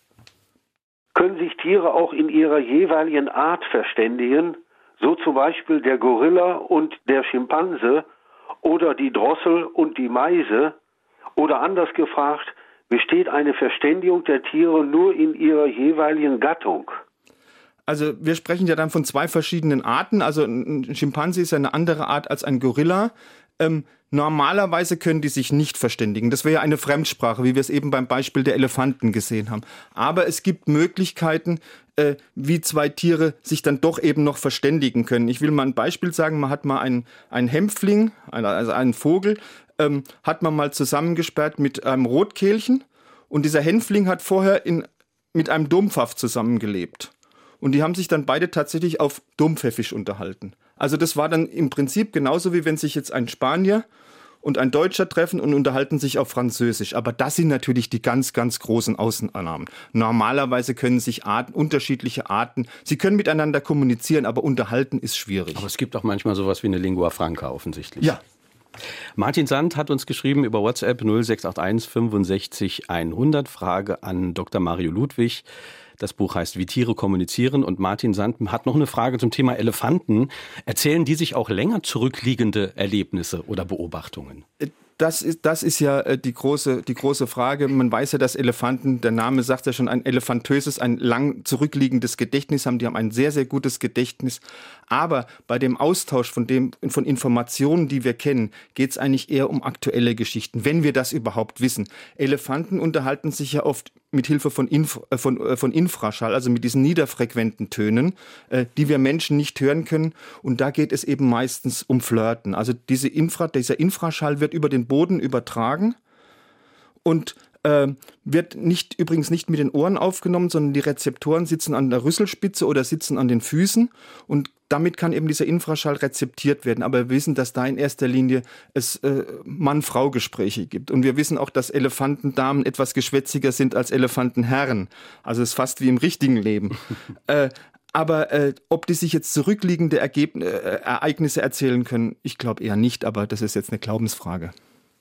[SPEAKER 8] Können sich Tiere auch in ihrer jeweiligen Art verständigen, so zum Beispiel der Gorilla und der Schimpanse oder die Drossel und die Meise? Oder anders gefragt, besteht eine Verständigung der Tiere nur in ihrer jeweiligen Gattung?
[SPEAKER 3] Also wir sprechen ja dann von zwei verschiedenen Arten. Also ein Schimpanse ist ja eine andere Art als ein Gorilla. Ähm, normalerweise können die sich nicht verständigen. Das wäre ja eine Fremdsprache, wie wir es eben beim Beispiel der Elefanten gesehen haben. Aber es gibt Möglichkeiten, äh, wie zwei Tiere sich dann doch eben noch verständigen können. Ich will mal ein Beispiel sagen. Man hat mal einen, einen Hämpfling, also einen Vogel, ähm, hat man mal zusammengesperrt mit einem Rotkehlchen. Und dieser Hänfling hat vorher in, mit einem Dompfaff zusammengelebt. Und die haben sich dann beide tatsächlich auf Dompfäffisch unterhalten. Also das war dann im Prinzip genauso, wie wenn sich jetzt ein Spanier und ein Deutscher treffen und unterhalten sich auf Französisch. Aber das sind natürlich die ganz, ganz großen Ausnahmen. Normalerweise können sich Arten, unterschiedliche Arten, sie können miteinander kommunizieren, aber unterhalten ist schwierig.
[SPEAKER 2] Aber es gibt auch manchmal sowas wie eine Lingua Franca offensichtlich.
[SPEAKER 3] Ja,
[SPEAKER 2] Martin Sand hat uns geschrieben über WhatsApp null sechs acht eins fünfundsechzig hundert. Frage an Doktor Mario Ludwig. Das Buch heißt Wie Tiere kommunizieren. Und Martin Sand hat noch eine Frage zum Thema Elefanten. Erzählen die sich auch länger zurückliegende Erlebnisse oder Beobachtungen?
[SPEAKER 3] Das ist, das ist ja die große, die große Frage. Man weiß ja, dass Elefanten, der Name sagt ja schon, ein elefantöses, ein lang zurückliegendes Gedächtnis haben. Die haben ein sehr, sehr gutes Gedächtnis. Aber bei dem Austausch von, dem, von Informationen, die wir kennen, geht es eigentlich eher um aktuelle Geschichten, wenn wir das überhaupt wissen. Elefanten unterhalten sich ja oft mit Hilfe von, Inf- äh, von, äh, von Infraschall, also mit diesen niederfrequenten Tönen, äh, die wir Menschen nicht hören können. Und da geht es eben meistens um Flirten. Also diese Infra, dieser Infraschall wird über den Boden übertragen und äh, wird nicht, übrigens nicht mit den Ohren aufgenommen, sondern die Rezeptoren sitzen an der Rüsselspitze oder sitzen an den Füßen und damit kann eben dieser Infraschall rezeptiert werden. Aber wir wissen, dass da in erster Linie es äh, Mann-Frau-Gespräche gibt. Und wir wissen auch, dass Elefantendamen etwas geschwätziger sind als Elefantenherren. Also es ist fast wie im richtigen Leben. äh, aber äh, ob die sich jetzt zurückliegende Ergeb- äh, Ereignisse erzählen können, ich glaube eher nicht. Aber das ist jetzt eine Glaubensfrage.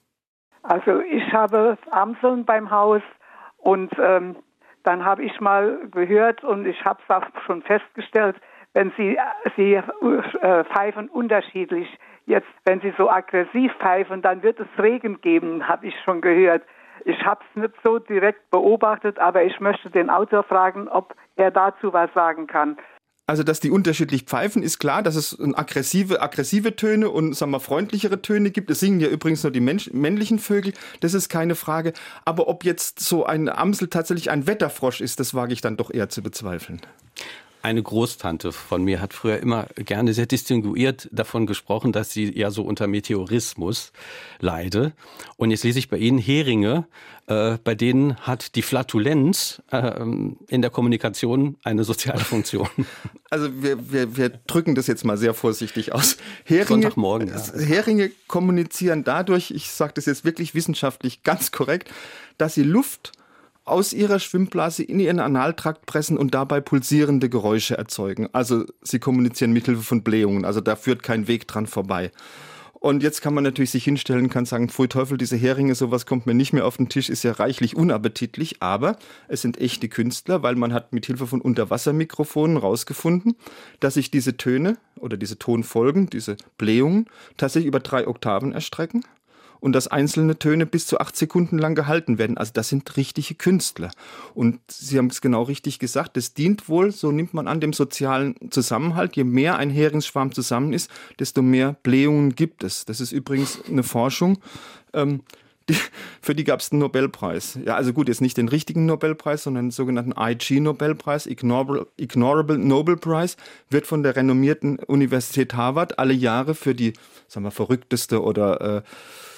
[SPEAKER 9] Also ich habe Amseln beim Haus und ähm, dann habe ich mal gehört und ich habe es auch schon festgestellt, wenn sie, sie äh, pfeifen unterschiedlich. Jetzt, wenn sie so aggressiv pfeifen, dann wird es Regen geben, habe ich schon gehört. Ich habe es nicht so direkt beobachtet, aber ich möchte den Autor fragen, ob er dazu was sagen kann.
[SPEAKER 3] Also, dass die unterschiedlich pfeifen, ist klar, dass es aggressive, aggressive Töne und, sagen wir, freundlichere Töne gibt. Es singen ja übrigens nur die Mensch, männlichen Vögel, das ist keine Frage. Aber ob jetzt so ein Amsel tatsächlich ein Wetterfrosch ist, das wage ich dann doch eher zu bezweifeln.
[SPEAKER 2] Eine Großtante von mir hat früher immer gerne sehr distinguiert davon gesprochen, dass sie ja so unter Meteorismus leide. Und jetzt lese ich bei Ihnen Heringe, äh, bei denen hat die Flatulenz äh, in der Kommunikation eine soziale Funktion.
[SPEAKER 3] Also wir, wir, wir drücken das jetzt mal sehr vorsichtig aus. Heringe,
[SPEAKER 2] Sonntagmorgen. Ja.
[SPEAKER 3] Heringe kommunizieren dadurch, ich sage das jetzt wirklich wissenschaftlich ganz korrekt, dass sie Luft aus ihrer Schwimmblase in ihren Analtrakt pressen und dabei pulsierende Geräusche erzeugen. Also sie kommunizieren mithilfe von Blähungen, also da führt kein Weg dran vorbei. Und jetzt kann man natürlich sich hinstellen, kann sagen, pfui Teufel, diese Heringe, sowas kommt mir nicht mehr auf den Tisch, ist ja reichlich unappetitlich, aber es sind echte Künstler, weil man hat mithilfe von Unterwassermikrofonen rausgefunden, dass sich diese Töne oder diese Tonfolgen, diese Blähungen tatsächlich über drei Oktaven erstrecken. Und dass einzelne Töne bis zu acht Sekunden lang gehalten werden. Also das sind richtige Künstler. Und Sie haben es genau richtig gesagt, das dient wohl, so nimmt man an, dem sozialen Zusammenhalt. Je mehr ein Heringsschwarm zusammen ist, desto mehr Blähungen gibt es. Das ist übrigens eine Forschung, ähm, die, für die gab es einen Nobelpreis. Ja, also gut, jetzt nicht den richtigen Nobelpreis, sondern den sogenannten I G-Nobelpreis, Ignorable, Ignorable Nobel Prize, wird von der renommierten Universität Harvard alle Jahre für die, sagen wir, verrückteste oder äh,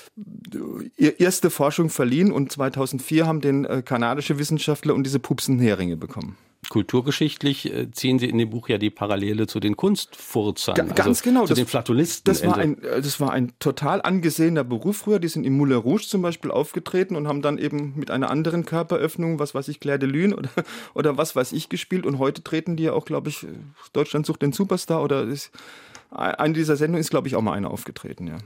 [SPEAKER 3] erste Forschung verliehen und zweitausendvier haben den äh, kanadische Wissenschaftler und diese Pupsenheringe bekommen.
[SPEAKER 2] Kulturgeschichtlich äh, ziehen Sie in dem Buch ja die Parallele zu den Kunstfurzern,
[SPEAKER 3] Ga- ganz
[SPEAKER 2] also
[SPEAKER 3] genau,
[SPEAKER 2] zu
[SPEAKER 3] das,
[SPEAKER 2] den Flatulisten.
[SPEAKER 3] Das war, ein, das war ein total angesehener Beruf früher. Die sind im Moulin Rouge zum Beispiel aufgetreten und haben dann eben mit einer anderen Körperöffnung, was weiß ich, Clair de Lune oder, oder was weiß ich, gespielt. Und heute treten die ja auch, glaube ich, Deutschland sucht den Superstar oder ist, eine dieser Sendungen ist, glaube ich, auch mal einer aufgetreten, ja.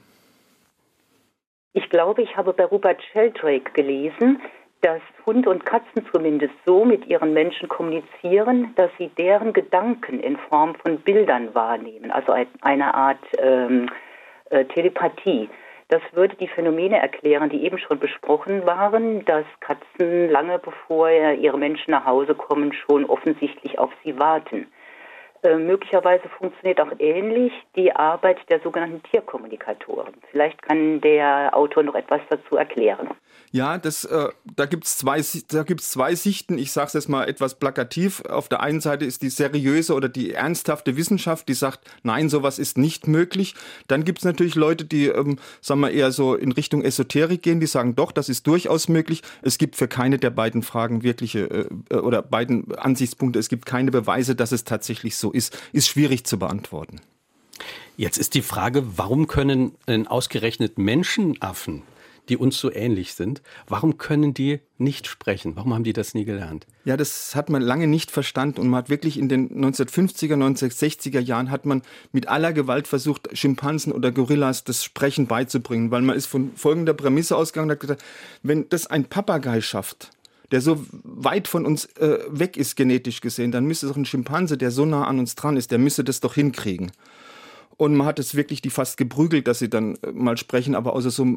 [SPEAKER 10] Ich glaube, ich habe bei Rupert Sheldrake gelesen, dass Hunde und Katzen zumindest so mit ihren Menschen kommunizieren, dass sie deren Gedanken in Form von Bildern wahrnehmen, also eine Art ähm, äh, Telepathie. Das würde die Phänomene erklären, die eben schon besprochen waren, dass Katzen lange bevor ihre Menschen nach Hause kommen, schon offensichtlich auf sie warten. Äh, möglicherweise funktioniert auch ähnlich die Arbeit der sogenannten Tierkommunikatoren. Vielleicht kann der Autor noch etwas dazu erklären.
[SPEAKER 3] Ja, das, äh, da gibt es zwei, da gibt's zwei Sichten. Ich sage es jetzt mal etwas plakativ. Auf der einen Seite ist die seriöse oder die ernsthafte Wissenschaft, die sagt, nein, sowas ist nicht möglich. Dann gibt es natürlich Leute, die ähm, sagen wir eher so in Richtung Esoterik gehen, die sagen, doch, das ist durchaus möglich. Es gibt für keine der beiden Fragen wirkliche äh, oder beiden Ansichtspunkte, es gibt keine Beweise, dass es tatsächlich so ist. Ist schwierig zu beantworten.
[SPEAKER 2] Jetzt ist die Frage, warum können denn ausgerechnet Menschenaffen die uns so ähnlich sind. Warum können die nicht sprechen? Warum haben die das nie gelernt?
[SPEAKER 3] Ja, das hat man lange nicht verstanden und man hat wirklich in den neunzehnhundertfünfziger, neunzehnhundertsechziger Jahren hat man mit aller Gewalt versucht, Schimpansen oder Gorillas das Sprechen beizubringen, weil man ist von folgender Prämisse ausgegangen und hat gesagt, wenn das ein Papagei schafft, der so weit von uns äh, weg ist genetisch gesehen, dann müsste doch ein Schimpanse, der so nah an uns dran ist, der müsste das doch hinkriegen. Und man hat es wirklich die fast geprügelt, dass sie dann mal sprechen, aber außer so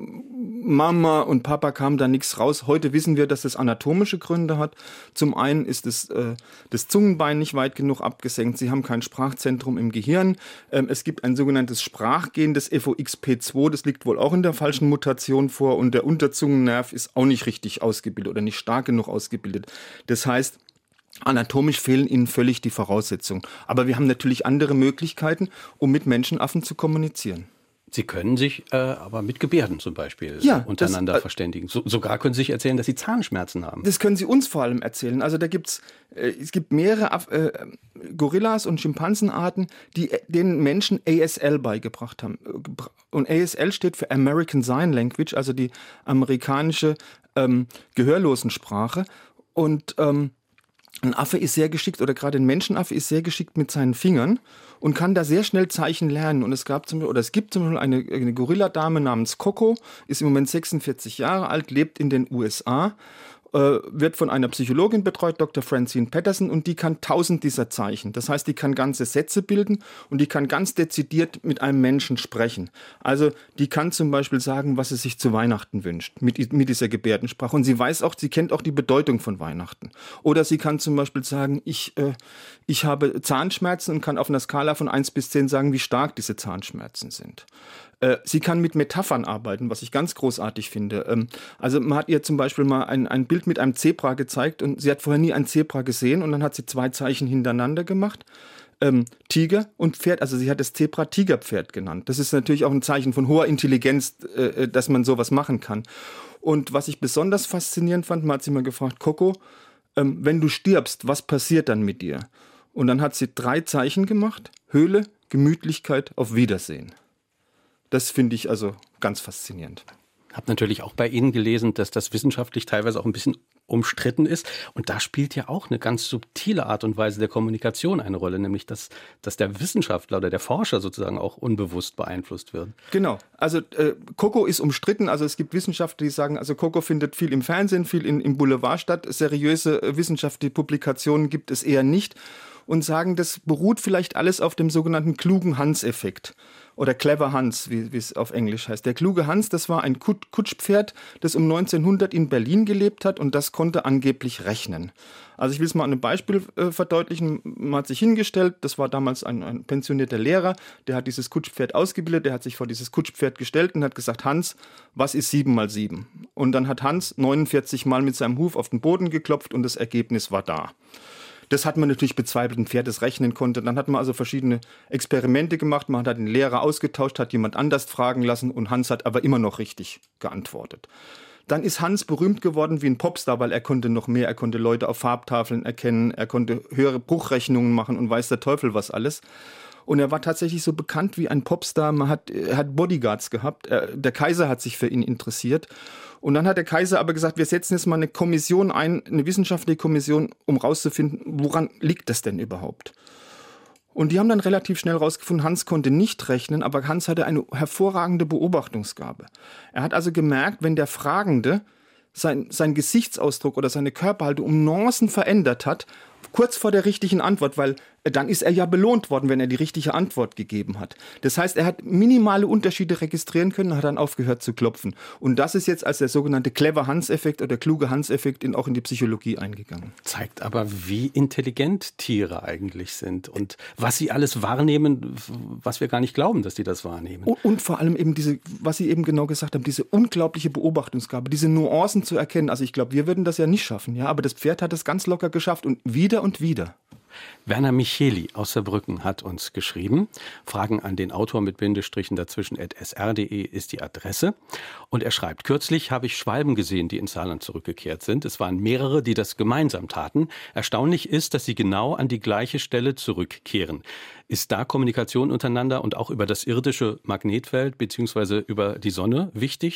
[SPEAKER 3] Mama und Papa kam da nichts raus. Heute wissen wir, dass das anatomische Gründe hat. Zum einen ist es, äh, das Zungenbein nicht weit genug abgesenkt. Sie haben kein Sprachzentrum im Gehirn. Ähm, es gibt ein sogenanntes Sprachgen, das F O X P zwei, das liegt wohl auch in der falschen Mutation vor. Und der Unterzungennerv ist auch nicht richtig ausgebildet oder nicht stark genug ausgebildet. Das heißt, anatomisch fehlen ihnen völlig die Voraussetzungen. Aber wir haben natürlich andere Möglichkeiten, um mit Menschenaffen zu kommunizieren.
[SPEAKER 2] Sie können sich äh, aber mit Gebärden zum Beispiel
[SPEAKER 3] ja,
[SPEAKER 2] untereinander
[SPEAKER 3] das, äh,
[SPEAKER 2] verständigen. So, sogar können Sie sich erzählen, dass Sie Zahnschmerzen haben.
[SPEAKER 3] Das können Sie uns vor allem erzählen. Also da gibt's, äh, es gibt mehrere Af- äh, Gorillas und Schimpansenarten, die äh, den Menschen A S L beigebracht haben. Und A S L steht für American Sign Language, also die amerikanische ähm, Gehörlosensprache. Und ähm, ein Affe ist sehr geschickt, oder gerade ein Menschenaffe ist sehr geschickt mit seinen Fingern und kann da sehr schnell Zeichen lernen. Und es gab zum Beispiel, oder es gibt zum Beispiel eine, eine Gorilladame namens Coco, ist im Moment sechsundvierzig Jahre alt, lebt in den U S A, äh, wird von einer Psychologin betreut, Doktor Francine Patterson, und die kann tausend dieser Zeichen. Das heißt, die kann ganze Sätze bilden und die kann ganz dezidiert mit einem Menschen sprechen. Also die kann zum Beispiel sagen, was sie sich zu Weihnachten wünscht, mit, mit dieser Gebärdensprache. Und sie weiß auch, sie kennt auch die Bedeutung von Weihnachten. Oder sie kann zum Beispiel sagen, ich, äh, ich habe Zahnschmerzen und kann auf einer Skala von eins bis zehn sagen, wie stark diese Zahnschmerzen sind. Sie kann mit Metaphern arbeiten, was ich ganz großartig finde. Also man hat ihr zum Beispiel mal ein, ein Bild mit einem Zebra gezeigt und sie hat vorher nie ein Zebra gesehen und dann hat sie zwei Zeichen hintereinander gemacht. Ähm, Tiger und Pferd, also sie hat das Zebra Tigerpferd genannt. Das ist natürlich auch ein Zeichen von hoher Intelligenz, äh, dass man sowas machen kann. Und was ich besonders faszinierend fand, man hat sie mal gefragt, Coco, ähm, wenn du stirbst, was passiert dann mit dir? Und dann hat sie drei Zeichen gemacht, Höhle, Gemütlichkeit, auf Wiedersehen. Das finde ich also ganz faszinierend.
[SPEAKER 2] Ich habe natürlich auch bei Ihnen gelesen, dass das wissenschaftlich teilweise auch ein bisschen umstritten ist. Und da spielt ja auch eine ganz subtile Art und Weise der Kommunikation eine Rolle, nämlich dass, dass der Wissenschaftler oder der Forscher sozusagen auch unbewusst beeinflusst wird.
[SPEAKER 3] Genau. Also äh, Coco ist umstritten. Also es gibt Wissenschaftler, die sagen, also Coco findet viel im Fernsehen, viel in, im Boulevard statt. Seriöse äh, wissenschaftliche Publikationen gibt es eher nicht. Und sagen, das beruht vielleicht alles auf dem sogenannten klugen Hans-Effekt. Oder Clever Hans, wie, wie es auf Englisch heißt. Der kluge Hans, das war ein Kutschpferd, das um neunzehnhundert in Berlin gelebt hat und das konnte angeblich rechnen. Also ich will es mal an einem Beispiel äh, verdeutlichen. Man hat sich hingestellt, das war damals ein, ein pensionierter Lehrer, der hat dieses Kutschpferd ausgebildet, der hat sich vor dieses Kutschpferd gestellt und hat gesagt, Hans, was ist sieben mal sieben? Und dann hat Hans neunundvierzig Mal mit seinem Huf auf den Boden geklopft und das Ergebnis war da. Das hat man natürlich bezweifelt, ein Pferd das rechnen konnte. Dann hat man also verschiedene Experimente gemacht. Man hat den Lehrer ausgetauscht, hat jemand anders fragen lassen und Hans hat aber immer noch richtig geantwortet. Dann ist Hans berühmt geworden wie ein Popstar, weil er konnte noch mehr. Er konnte Leute auf Farbtafeln erkennen, er konnte höhere Bruchrechnungen machen und weiß der Teufel was alles. Und er war tatsächlich so bekannt wie ein Popstar. Man hat, er hat Bodyguards gehabt. Er, der Kaiser hat sich für ihn interessiert. Und dann hat der Kaiser aber gesagt, wir setzen jetzt mal eine Kommission ein, eine wissenschaftliche Kommission, um rauszufinden, woran liegt das denn überhaupt? Und die haben dann relativ schnell rausgefunden, Hans konnte nicht rechnen, aber Hans hatte eine hervorragende Beobachtungsgabe. Er hat also gemerkt, wenn der Fragende sein, sein Gesichtsausdruck oder seine Körperhaltung um Nuancen verändert hat, kurz vor der richtigen Antwort, weil dann ist er ja belohnt worden, wenn er die richtige Antwort gegeben hat. Das heißt, er hat minimale Unterschiede registrieren können und hat dann aufgehört zu klopfen. Und das ist jetzt als der sogenannte Clever Hans-Effekt oder kluge Hans-Effekt in, auch in die Psychologie eingegangen.
[SPEAKER 2] Zeigt aber, wie intelligent Tiere eigentlich sind und was sie alles wahrnehmen, was wir gar nicht glauben, dass sie das wahrnehmen.
[SPEAKER 3] Und, und vor allem eben diese, was Sie eben genau gesagt haben, diese unglaubliche Beobachtungsgabe, diese Nuancen zu erkennen. Also ich glaube, wir würden das ja nicht schaffen, ja, aber das Pferd hat es ganz locker geschafft und wieder und wieder.
[SPEAKER 2] Werner Micheli aus Saarbrücken hat uns geschrieben. Fragen an den Autor mit Bindestrichen dazwischen at s r punkt d e ist die Adresse. Und er schreibt, kürzlich habe ich Schwalben gesehen, die ins Saarland zurückgekehrt sind. Es waren mehrere, die das gemeinsam taten. Erstaunlich ist, dass sie genau an die gleiche Stelle zurückkehren. Ist da Kommunikation untereinander und auch über das irdische Magnetfeld bzw. über die Sonne wichtig?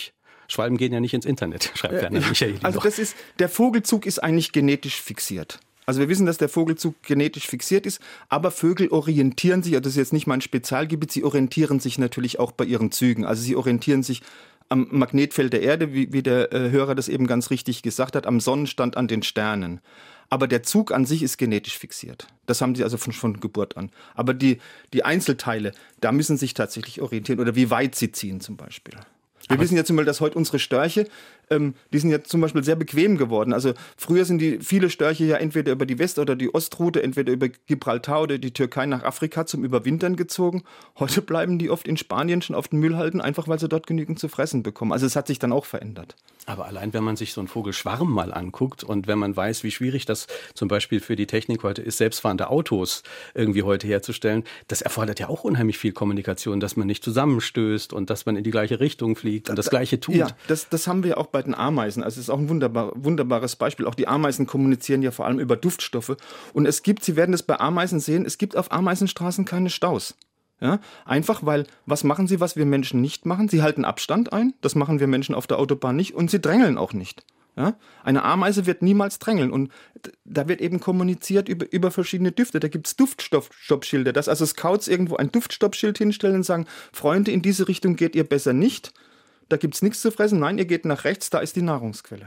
[SPEAKER 2] Schwalben gehen ja nicht ins Internet, schreibt Werner
[SPEAKER 3] ja,
[SPEAKER 2] Michaeli.
[SPEAKER 3] Also das ist, der Vogelzug ist eigentlich genetisch fixiert. Also wir wissen, dass der Vogelzug genetisch fixiert ist, aber Vögel orientieren sich, also das ist jetzt nicht mein Spezialgebiet, sie orientieren sich natürlich auch bei ihren Zügen. Also sie orientieren sich am Magnetfeld der Erde, wie, wie der äh, Hörer das eben ganz richtig gesagt hat, am Sonnenstand, an den Sternen. Aber der Zug an sich ist genetisch fixiert. Das haben sie also von, von Geburt an. Aber die, die Einzelteile, da müssen sich tatsächlich orientieren oder wie weit sie ziehen zum Beispiel. Wir Aber wissen ja zum Beispiel, dass heute unsere Störche, ähm, die sind ja zum Beispiel sehr bequem geworden. Also früher sind die viele Störche ja entweder über die West- oder die Ostroute, entweder über Gibraltar oder die Türkei nach Afrika zum Überwintern gezogen. Heute bleiben die oft in Spanien schon auf den Müllhalden, einfach weil sie dort genügend zu fressen bekommen. Also es hat sich dann auch verändert.
[SPEAKER 2] Aber allein, wenn man sich so einen Vogelschwarm mal anguckt und wenn man weiß, wie schwierig das zum Beispiel für die Technik heute ist, selbstfahrende Autos irgendwie heute herzustellen, das erfordert ja auch unheimlich viel Kommunikation, dass man nicht zusammenstößt und dass man in die gleiche Richtung fliegt und das Gleiche tut.
[SPEAKER 3] Ja, das, das haben wir auch bei den Ameisen. Also es ist auch ein wunderbar, wunderbares Beispiel. Auch die Ameisen kommunizieren ja vor allem über Duftstoffe. Und es gibt, Sie werden es bei Ameisen sehen, es gibt auf Ameisenstraßen keine Staus. Ja, einfach weil, was machen sie, was wir Menschen nicht machen? Sie halten Abstand ein, das machen wir Menschen auf der Autobahn nicht und sie drängeln auch nicht. Ja? Eine Ameise wird niemals drängeln und da wird eben kommuniziert über, über verschiedene Düfte. Da gibt es Duftstoppschilder, dass also Scouts irgendwo ein Duftstoppschild hinstellen und sagen, Freunde, in diese Richtung geht ihr besser nicht, da gibt es nichts zu fressen, nein, ihr geht nach rechts, da ist die Nahrungsquelle.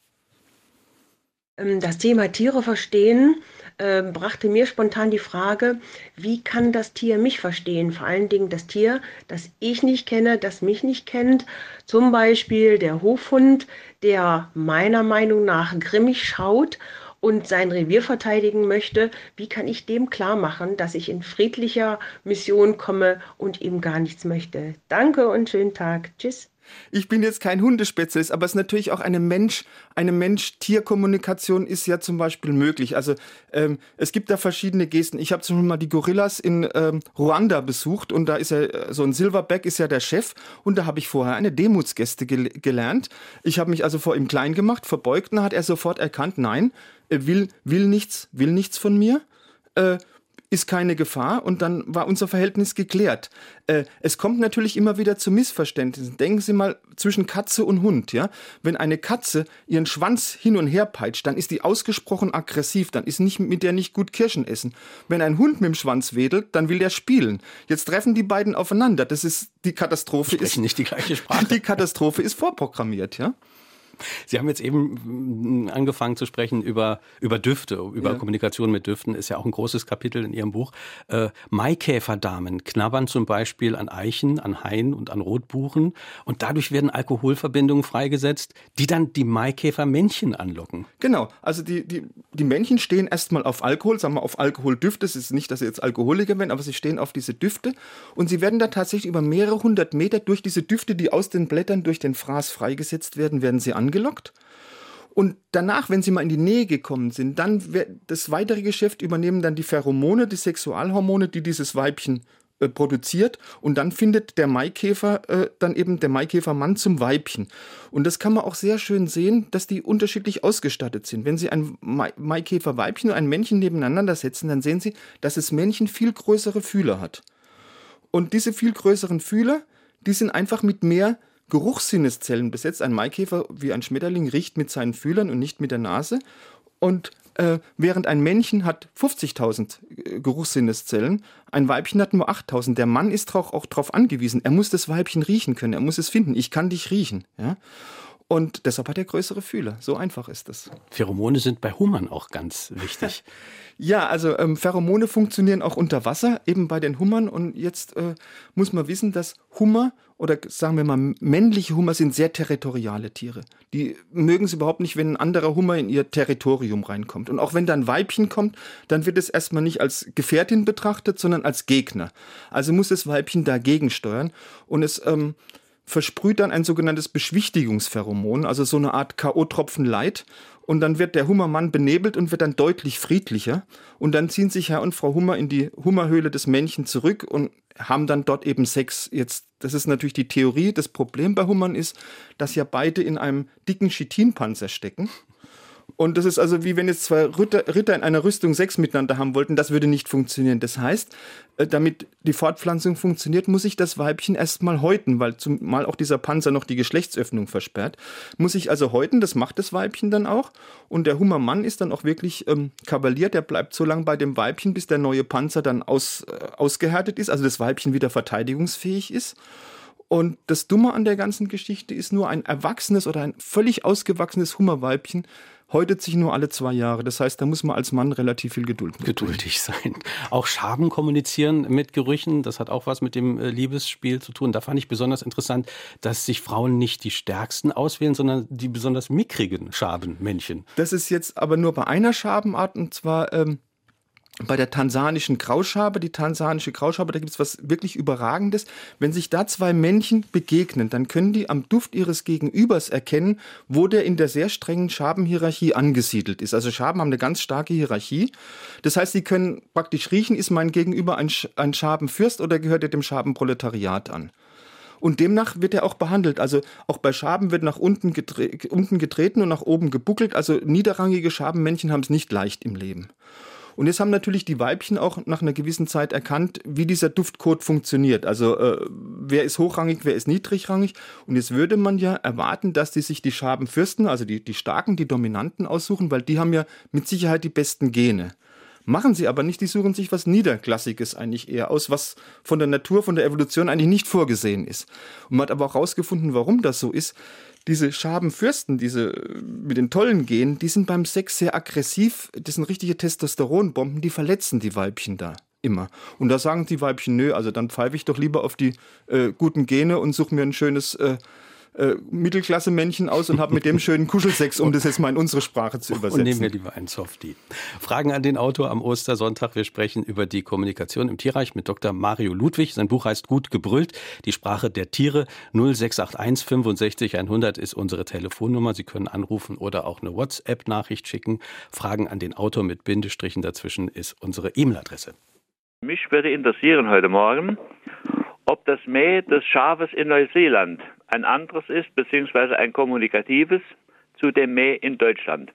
[SPEAKER 11] Das Thema Tiere verstehen äh, brachte mir spontan die Frage, wie kann das Tier mich verstehen? Vor allen Dingen das Tier, das ich nicht kenne, das mich nicht kennt. Zum Beispiel der Hofhund, der meiner Meinung nach grimmig schaut und sein Revier verteidigen möchte. Wie kann ich dem klar machen, dass ich in friedlicher Mission komme und ihm gar nichts möchte? Danke und schönen Tag. Tschüss.
[SPEAKER 3] Ich bin jetzt kein Hundespezialist, aber es ist natürlich auch eine Mensch, eine Mensch-Tier-Kommunikation ist ja zum Beispiel möglich. Also ähm, es gibt da verschiedene Gesten. Ich habe zum Beispiel mal die Gorillas in ähm, Ruanda besucht und da ist ja so ein Silverback ist ja der Chef und da habe ich vorher eine Demutsgeste gel- gelernt. Ich habe mich also vor ihm klein gemacht, verbeugt und dann hat er sofort erkannt, nein, er will, will nichts, will nichts von mir. Äh, ist keine Gefahr und dann war unser Verhältnis geklärt. Äh, es kommt natürlich immer wieder zu Missverständnissen. Denken Sie mal zwischen Katze und Hund. Ja? Wenn eine Katze ihren Schwanz hin und her peitscht, dann ist die ausgesprochen aggressiv, dann ist nicht, mit der nicht gut Kirschen essen. Wenn ein Hund mit dem Schwanz wedelt, dann will der spielen. Jetzt treffen die beiden aufeinander. Das ist die Katastrophe.
[SPEAKER 2] Sprechen
[SPEAKER 3] ist
[SPEAKER 2] nicht die gleiche Sprache.
[SPEAKER 3] Die Katastrophe ist vorprogrammiert, ja.
[SPEAKER 2] Sie haben jetzt eben angefangen zu sprechen über, über Düfte, über ja. Kommunikation mit Düften, ist ja auch ein großes Kapitel in Ihrem Buch. Äh, Maikäferdamen knabbern zum Beispiel an Eichen, an Hain und an Rotbuchen und dadurch werden Alkoholverbindungen freigesetzt, die dann die Maikäfermännchen anlocken.
[SPEAKER 3] Genau, also die, die, die Männchen stehen erstmal auf Alkohol, sagen wir auf Alkoholdüfte, es ist nicht, dass sie jetzt Alkoholiker werden, aber sie stehen auf diese Düfte und sie werden dann tatsächlich über mehrere hundert Meter durch diese Düfte, die aus den Blättern durch den Fraß freigesetzt werden, werden sie angelockt. angelockt. Und danach, wenn sie mal in die Nähe gekommen sind, dann wird das weitere Geschäft übernehmen dann die Pheromone, die Sexualhormone, die dieses Weibchen äh, produziert. Und dann findet der Maikäfer äh, dann eben der Maikäfermann zum Weibchen. Und das kann man auch sehr schön sehen, dass die unterschiedlich ausgestattet sind. Wenn Sie ein Mai- Maikäferweibchen und ein Männchen nebeneinander setzen, dann sehen Sie, dass das Männchen viel größere Fühler hat. Und diese viel größeren Fühler, die sind einfach mit mehr Geruchssinneszellen besetzt. Ein Maikäfer wie ein Schmetterling riecht mit seinen Fühlern und nicht mit der Nase. Und äh, während ein Männchen hat fünfzigtausend äh, Geruchssinneszellen, ein Weibchen hat nur achttausend. Der Mann ist auch, auch darauf angewiesen, er muss das Weibchen riechen können, er muss es finden. Ich kann dich riechen. Ja? Und deshalb hat er größere Fühler. So einfach ist das.
[SPEAKER 2] Pheromone sind bei Hummern auch ganz wichtig.
[SPEAKER 3] Ja, also ähm, Pheromone funktionieren auch unter Wasser, eben bei den Hummern. Und jetzt äh, muss man wissen, dass Hummer oder sagen wir mal männliche Hummer sind sehr territoriale Tiere. Die mögen es überhaupt nicht, wenn ein anderer Hummer in ihr Territorium reinkommt. Und auch wenn da ein Weibchen kommt, dann wird es erstmal nicht als Gefährtin betrachtet, sondern als Gegner. Also muss das Weibchen dagegen steuern und es ähm, versprüht dann ein sogenanntes Beschwichtigungspheromon, also so eine Art K O-Tropfen Light. Und dann wird der Hummermann benebelt und wird dann deutlich friedlicher. Und dann ziehen sich Herr und Frau Hummer in die Hummerhöhle des Männchen zurück und haben dann dort eben Sex. Jetzt, das ist natürlich die Theorie. Das Problem bei Hummern ist, dass ja beide in einem dicken Chitinpanzer stecken. Und das ist also wie wenn jetzt zwei Ritter, Ritter in einer Rüstung Sex miteinander haben wollten, das würde nicht funktionieren. Das heißt, damit die Fortpflanzung funktioniert, muss ich das Weibchen erstmal häuten, weil zumal auch dieser Panzer noch die Geschlechtsöffnung versperrt. Muss ich also häuten, das macht das Weibchen dann auch. Und der Hummermann ist dann auch wirklich ähm, Kavalier, der bleibt so lange bei dem Weibchen, bis der neue Panzer dann aus, äh, ausgehärtet ist, also das Weibchen wieder verteidigungsfähig ist. Und das Dumme an der ganzen Geschichte ist nur, ein erwachsenes oder ein völlig ausgewachsenes Hummerweibchen häutet sich nur alle zwei Jahre. Das heißt, da muss man als Mann relativ viel Geduld mitbringen.
[SPEAKER 2] Geduldig sein. Auch Schaben kommunizieren mit Gerüchen, das hat auch was mit dem Liebesspiel zu tun. Da fand ich besonders interessant, dass sich Frauen nicht die stärksten auswählen, sondern die besonders mickrigen Schabenmännchen.
[SPEAKER 3] Das ist jetzt aber nur bei einer Schabenart, und zwar ähm, bei der tansanischen Grauschabe. Die tansanische Grauschabe, da gibt es was wirklich Überragendes. Wenn sich da zwei Männchen begegnen, dann können die am Duft ihres Gegenübers erkennen, wo der in der sehr strengen Schabenhierarchie angesiedelt ist. Also Schaben haben eine ganz starke Hierarchie. Das heißt, sie können praktisch riechen, ist mein Gegenüber ein, Sch- ein Schabenfürst oder gehört er dem Schabenproletariat an? Und demnach wird er auch behandelt. Also auch bei Schaben wird nach unten, getre- unten getreten und nach oben gebuckelt. Also niederrangige Schabenmännchen haben es nicht leicht im Leben. Und jetzt haben natürlich die Weibchen auch nach einer gewissen Zeit erkannt, wie dieser Duftcode funktioniert. Also äh, wer ist hochrangig, wer ist niedrigrangig. Und jetzt würde man ja erwarten, dass die sich die Schabenfürsten, also die, die Starken, die Dominanten aussuchen, weil die haben ja mit Sicherheit die besten Gene. Machen sie aber nicht, die suchen sich was Niederklassiges eigentlich eher aus, was von der Natur, von der Evolution eigentlich nicht vorgesehen ist. Und man hat aber auch herausgefunden, warum das so ist. Diese Schabenfürsten, diese mit den tollen Genen, die sind beim Sex sehr aggressiv. Das sind richtige Testosteronbomben, die verletzen die Weibchen da immer. Und da sagen die Weibchen, nö, also dann pfeife ich doch lieber auf die äh, guten Gene und suche mir ein schönes äh, äh, Mittelklasse-Männchen aus und habe mit dem schönen Kuschelsex, um das jetzt mal in unsere Sprache zu übersetzen.
[SPEAKER 2] Und nehmen wir lieber einen Softie. Fragen an den Autor am Ostersonntag. Wir sprechen über die Kommunikation im Tierreich mit Doktor Mario Ludwig. Sein Buch heißt Gut gebrüllt, die Sprache der Tiere. null sechs acht eins fünfundsechzig hundert ist unsere Telefonnummer. Sie können anrufen oder auch eine WhatsApp-Nachricht schicken. Fragen an den Autor mit Bindestrichen dazwischen ist unsere E-Mail-Adresse.
[SPEAKER 12] Mich würde interessieren heute Morgen, ob das Mäh des Schafes in Neuseeland ein anderes ist, beziehungsweise ein kommunikatives zu dem Mäh in Deutschland.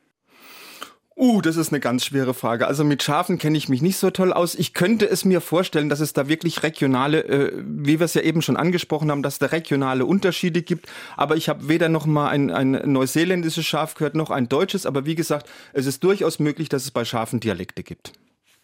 [SPEAKER 3] Uh, das ist eine ganz schwere Frage. Also mit Schafen kenne ich mich nicht so toll aus. Ich könnte es mir vorstellen, dass es da wirklich regionale, äh, wie wir es ja eben schon angesprochen haben, dass es da regionale Unterschiede gibt. Aber ich habe weder noch mal ein, ein neuseeländisches Schaf gehört, noch ein deutsches. Aber wie gesagt, es ist durchaus möglich, dass es bei Schafen Dialekte gibt.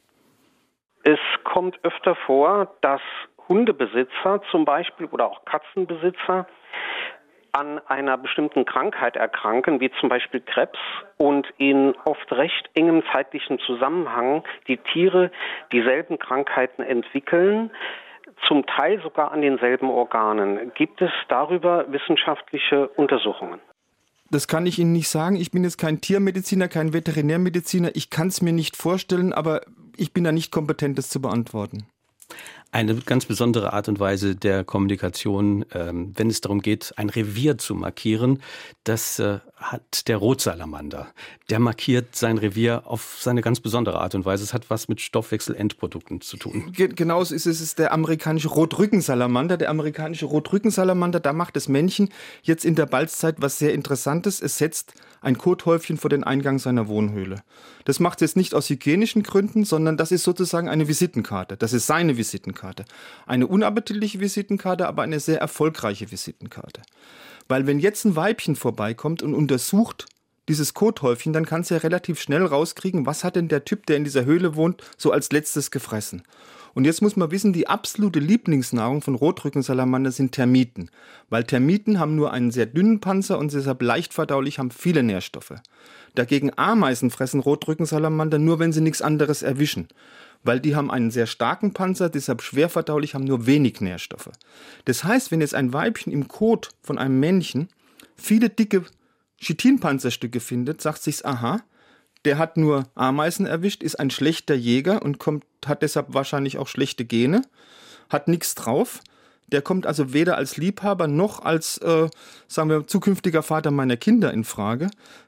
[SPEAKER 13] Es kommt öfter vor, dass Hundebesitzer zum Beispiel oder auch Katzenbesitzer an einer bestimmten Krankheit erkranken, wie zum Beispiel Krebs, und in oft recht engem zeitlichen Zusammenhang die Tiere dieselben Krankheiten entwickeln, zum Teil sogar an denselben Organen. Gibt es darüber wissenschaftliche Untersuchungen?
[SPEAKER 3] Das kann ich Ihnen nicht sagen. Ich bin jetzt kein Tiermediziner, kein Veterinärmediziner. Ich kann es mir nicht vorstellen, aber ich bin da nicht kompetent, das zu beantworten.
[SPEAKER 2] Eine ganz besondere Art und Weise der Kommunikation, ähm, wenn es darum geht, ein Revier zu markieren, das äh, hat der Rotsalamander. Der markiert sein Revier auf seine ganz besondere Art und Weise. Es hat was mit Stoffwechselendprodukten zu tun.
[SPEAKER 3] Ge- Genauso ist es, es ist der amerikanische Rotrückensalamander. Der amerikanische Rotrückensalamander, da macht das Männchen jetzt in der Balzzeit was sehr Interessantes. Es setzt ein Kothäufchen vor den Eingang seiner Wohnhöhle. Das macht es jetzt nicht aus hygienischen Gründen, sondern das ist sozusagen eine Visitenkarte. Das ist seine Visitenkarte. Eine unappetitliche Visitenkarte, aber eine sehr erfolgreiche Visitenkarte. Weil wenn jetzt ein Weibchen vorbeikommt und untersucht dieses Kothäufchen, dann kann es ja relativ schnell rauskriegen, was hat denn der Typ, der in dieser Höhle wohnt, so als letztes gefressen. Und jetzt muss man wissen, die absolute Lieblingsnahrung von Rotrückensalamander sind Termiten. Weil Termiten haben nur einen sehr dünnen Panzer und deshalb leicht verdaulich, haben viele Nährstoffe. Dagegen Ameisen fressen Rotrückensalamander nur, wenn sie nichts anderes erwischen. Weil die haben einen sehr starken Panzer, deshalb schwer verdaulich, haben nur wenig Nährstoffe. Das heißt, wenn jetzt ein Weibchen im Kot von einem Männchen viele dicke Chitinpanzerstücke findet, sagt sich's, aha, der hat nur Ameisen erwischt, ist ein schlechter Jäger und kommt, hat deshalb wahrscheinlich auch schlechte Gene, hat nichts drauf. Der kommt also weder als Liebhaber noch als, äh, sagen wir, zukünftiger Vater meiner Kinder in Frage.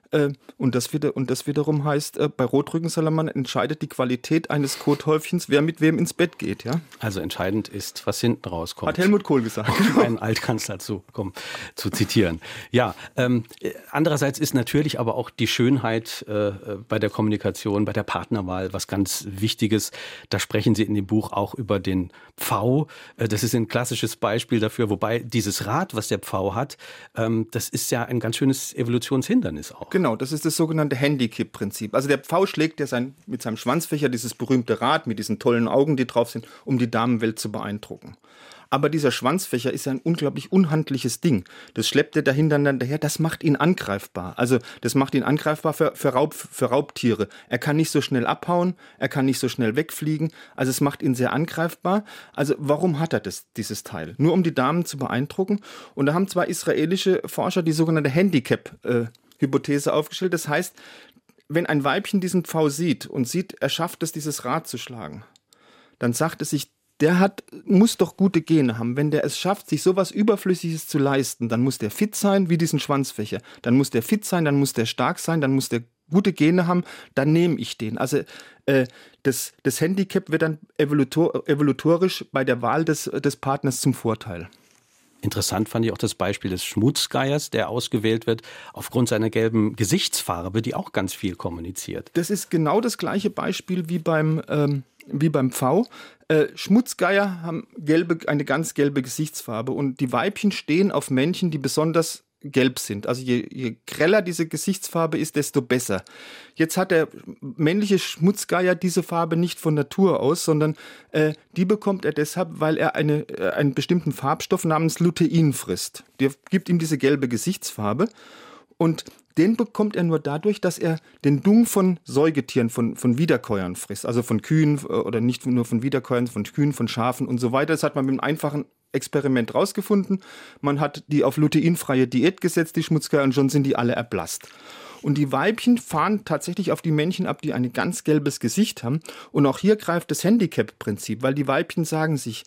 [SPEAKER 3] Äh, und, das wieder, und das wiederum heißt, äh, bei Rotrückensalamandern entscheidet die Qualität eines Kothäufchens, wer mit wem ins Bett geht. Ja?
[SPEAKER 2] Also entscheidend ist, was hinten rauskommt.
[SPEAKER 3] Hat Helmut Kohl gesagt.
[SPEAKER 2] Um einen Altkanzler zu, komm, zu zitieren. Ja, ähm, andererseits ist natürlich aber auch die Schönheit äh, bei der Kommunikation, bei der Partnerwahl was ganz Wichtiges. Da sprechen Sie in dem Buch auch über den Pfau. Äh, das ist ein klassisches Beispiel dafür, wobei dieses Rad, was der Pfau hat, ähm, das ist ja ein ganz schönes Evolutionshindernis auch.
[SPEAKER 3] Genau, das ist das sogenannte Handicap-Prinzip. Also der Pfau schlägt ja sein, mit seinem Schwanzfächer dieses berühmte Rad mit diesen tollen Augen, die drauf sind, um die Damenwelt zu beeindrucken. Aber dieser Schwanzfächer ist ja ein unglaublich unhandliches Ding. Das schleppt er dahinter daher, das macht ihn angreifbar. Also das macht ihn angreifbar für, für, Raub, für Raubtiere. Er kann nicht so schnell abhauen, er kann nicht so schnell wegfliegen. Also es macht ihn sehr angreifbar. Also warum hat er das, dieses Teil? Nur um die Damen zu beeindrucken. Und da haben zwei israelische Forscher die sogenannte Handicap äh, Hypothese aufgestellt. Das heißt, wenn ein Weibchen diesen Pfau sieht und sieht, er schafft es, dieses Rad zu schlagen, dann sagt es sich, der hat, muss doch gute Gene haben. Wenn der es schafft, sich sowas Überflüssiges zu leisten, dann muss der fit sein wie diesen Schwanzfächer. Dann muss der fit sein, dann muss der stark sein, dann muss der gute Gene haben, dann nehme ich den. Also äh, das, das Handicap wird dann evolutor, evolutorisch bei der Wahl des, des Partners zum Vorteil.
[SPEAKER 2] Interessant fand ich auch das Beispiel des Schmutzgeiers, der ausgewählt wird aufgrund seiner gelben Gesichtsfarbe, die auch ganz viel kommuniziert.
[SPEAKER 3] Das ist genau das gleiche Beispiel wie beim, ähm, wie beim Pfau. Äh, Schmutzgeier haben gelbe, eine ganz gelbe Gesichtsfarbe und die Weibchen stehen auf Männchen, die besonders gelb sind. Also je, je greller diese Gesichtsfarbe ist, desto besser. Jetzt hat der männliche Schmutzgeier diese Farbe nicht von Natur aus, sondern äh, die bekommt er deshalb, weil er eine, äh, einen bestimmten Farbstoff namens Lutein frisst. Der gibt ihm diese gelbe Gesichtsfarbe und den bekommt er nur dadurch, dass er den Dung von Säugetieren, von, von Wiederkäuern frisst. Also von Kühen oder nicht nur von Wiederkäuern, von Kühen, von Schafen und so weiter. Das hat man mit einem einfachen Experiment rausgefunden. Man hat die auf luteinfreie Diät gesetzt, die Schmutzgeier, und schon sind die alle erblasst. Und die Weibchen fahren tatsächlich auf die Männchen ab, die ein ganz gelbes Gesicht haben. Und auch hier greift das Handicap-Prinzip, weil die Weibchen sagen sich,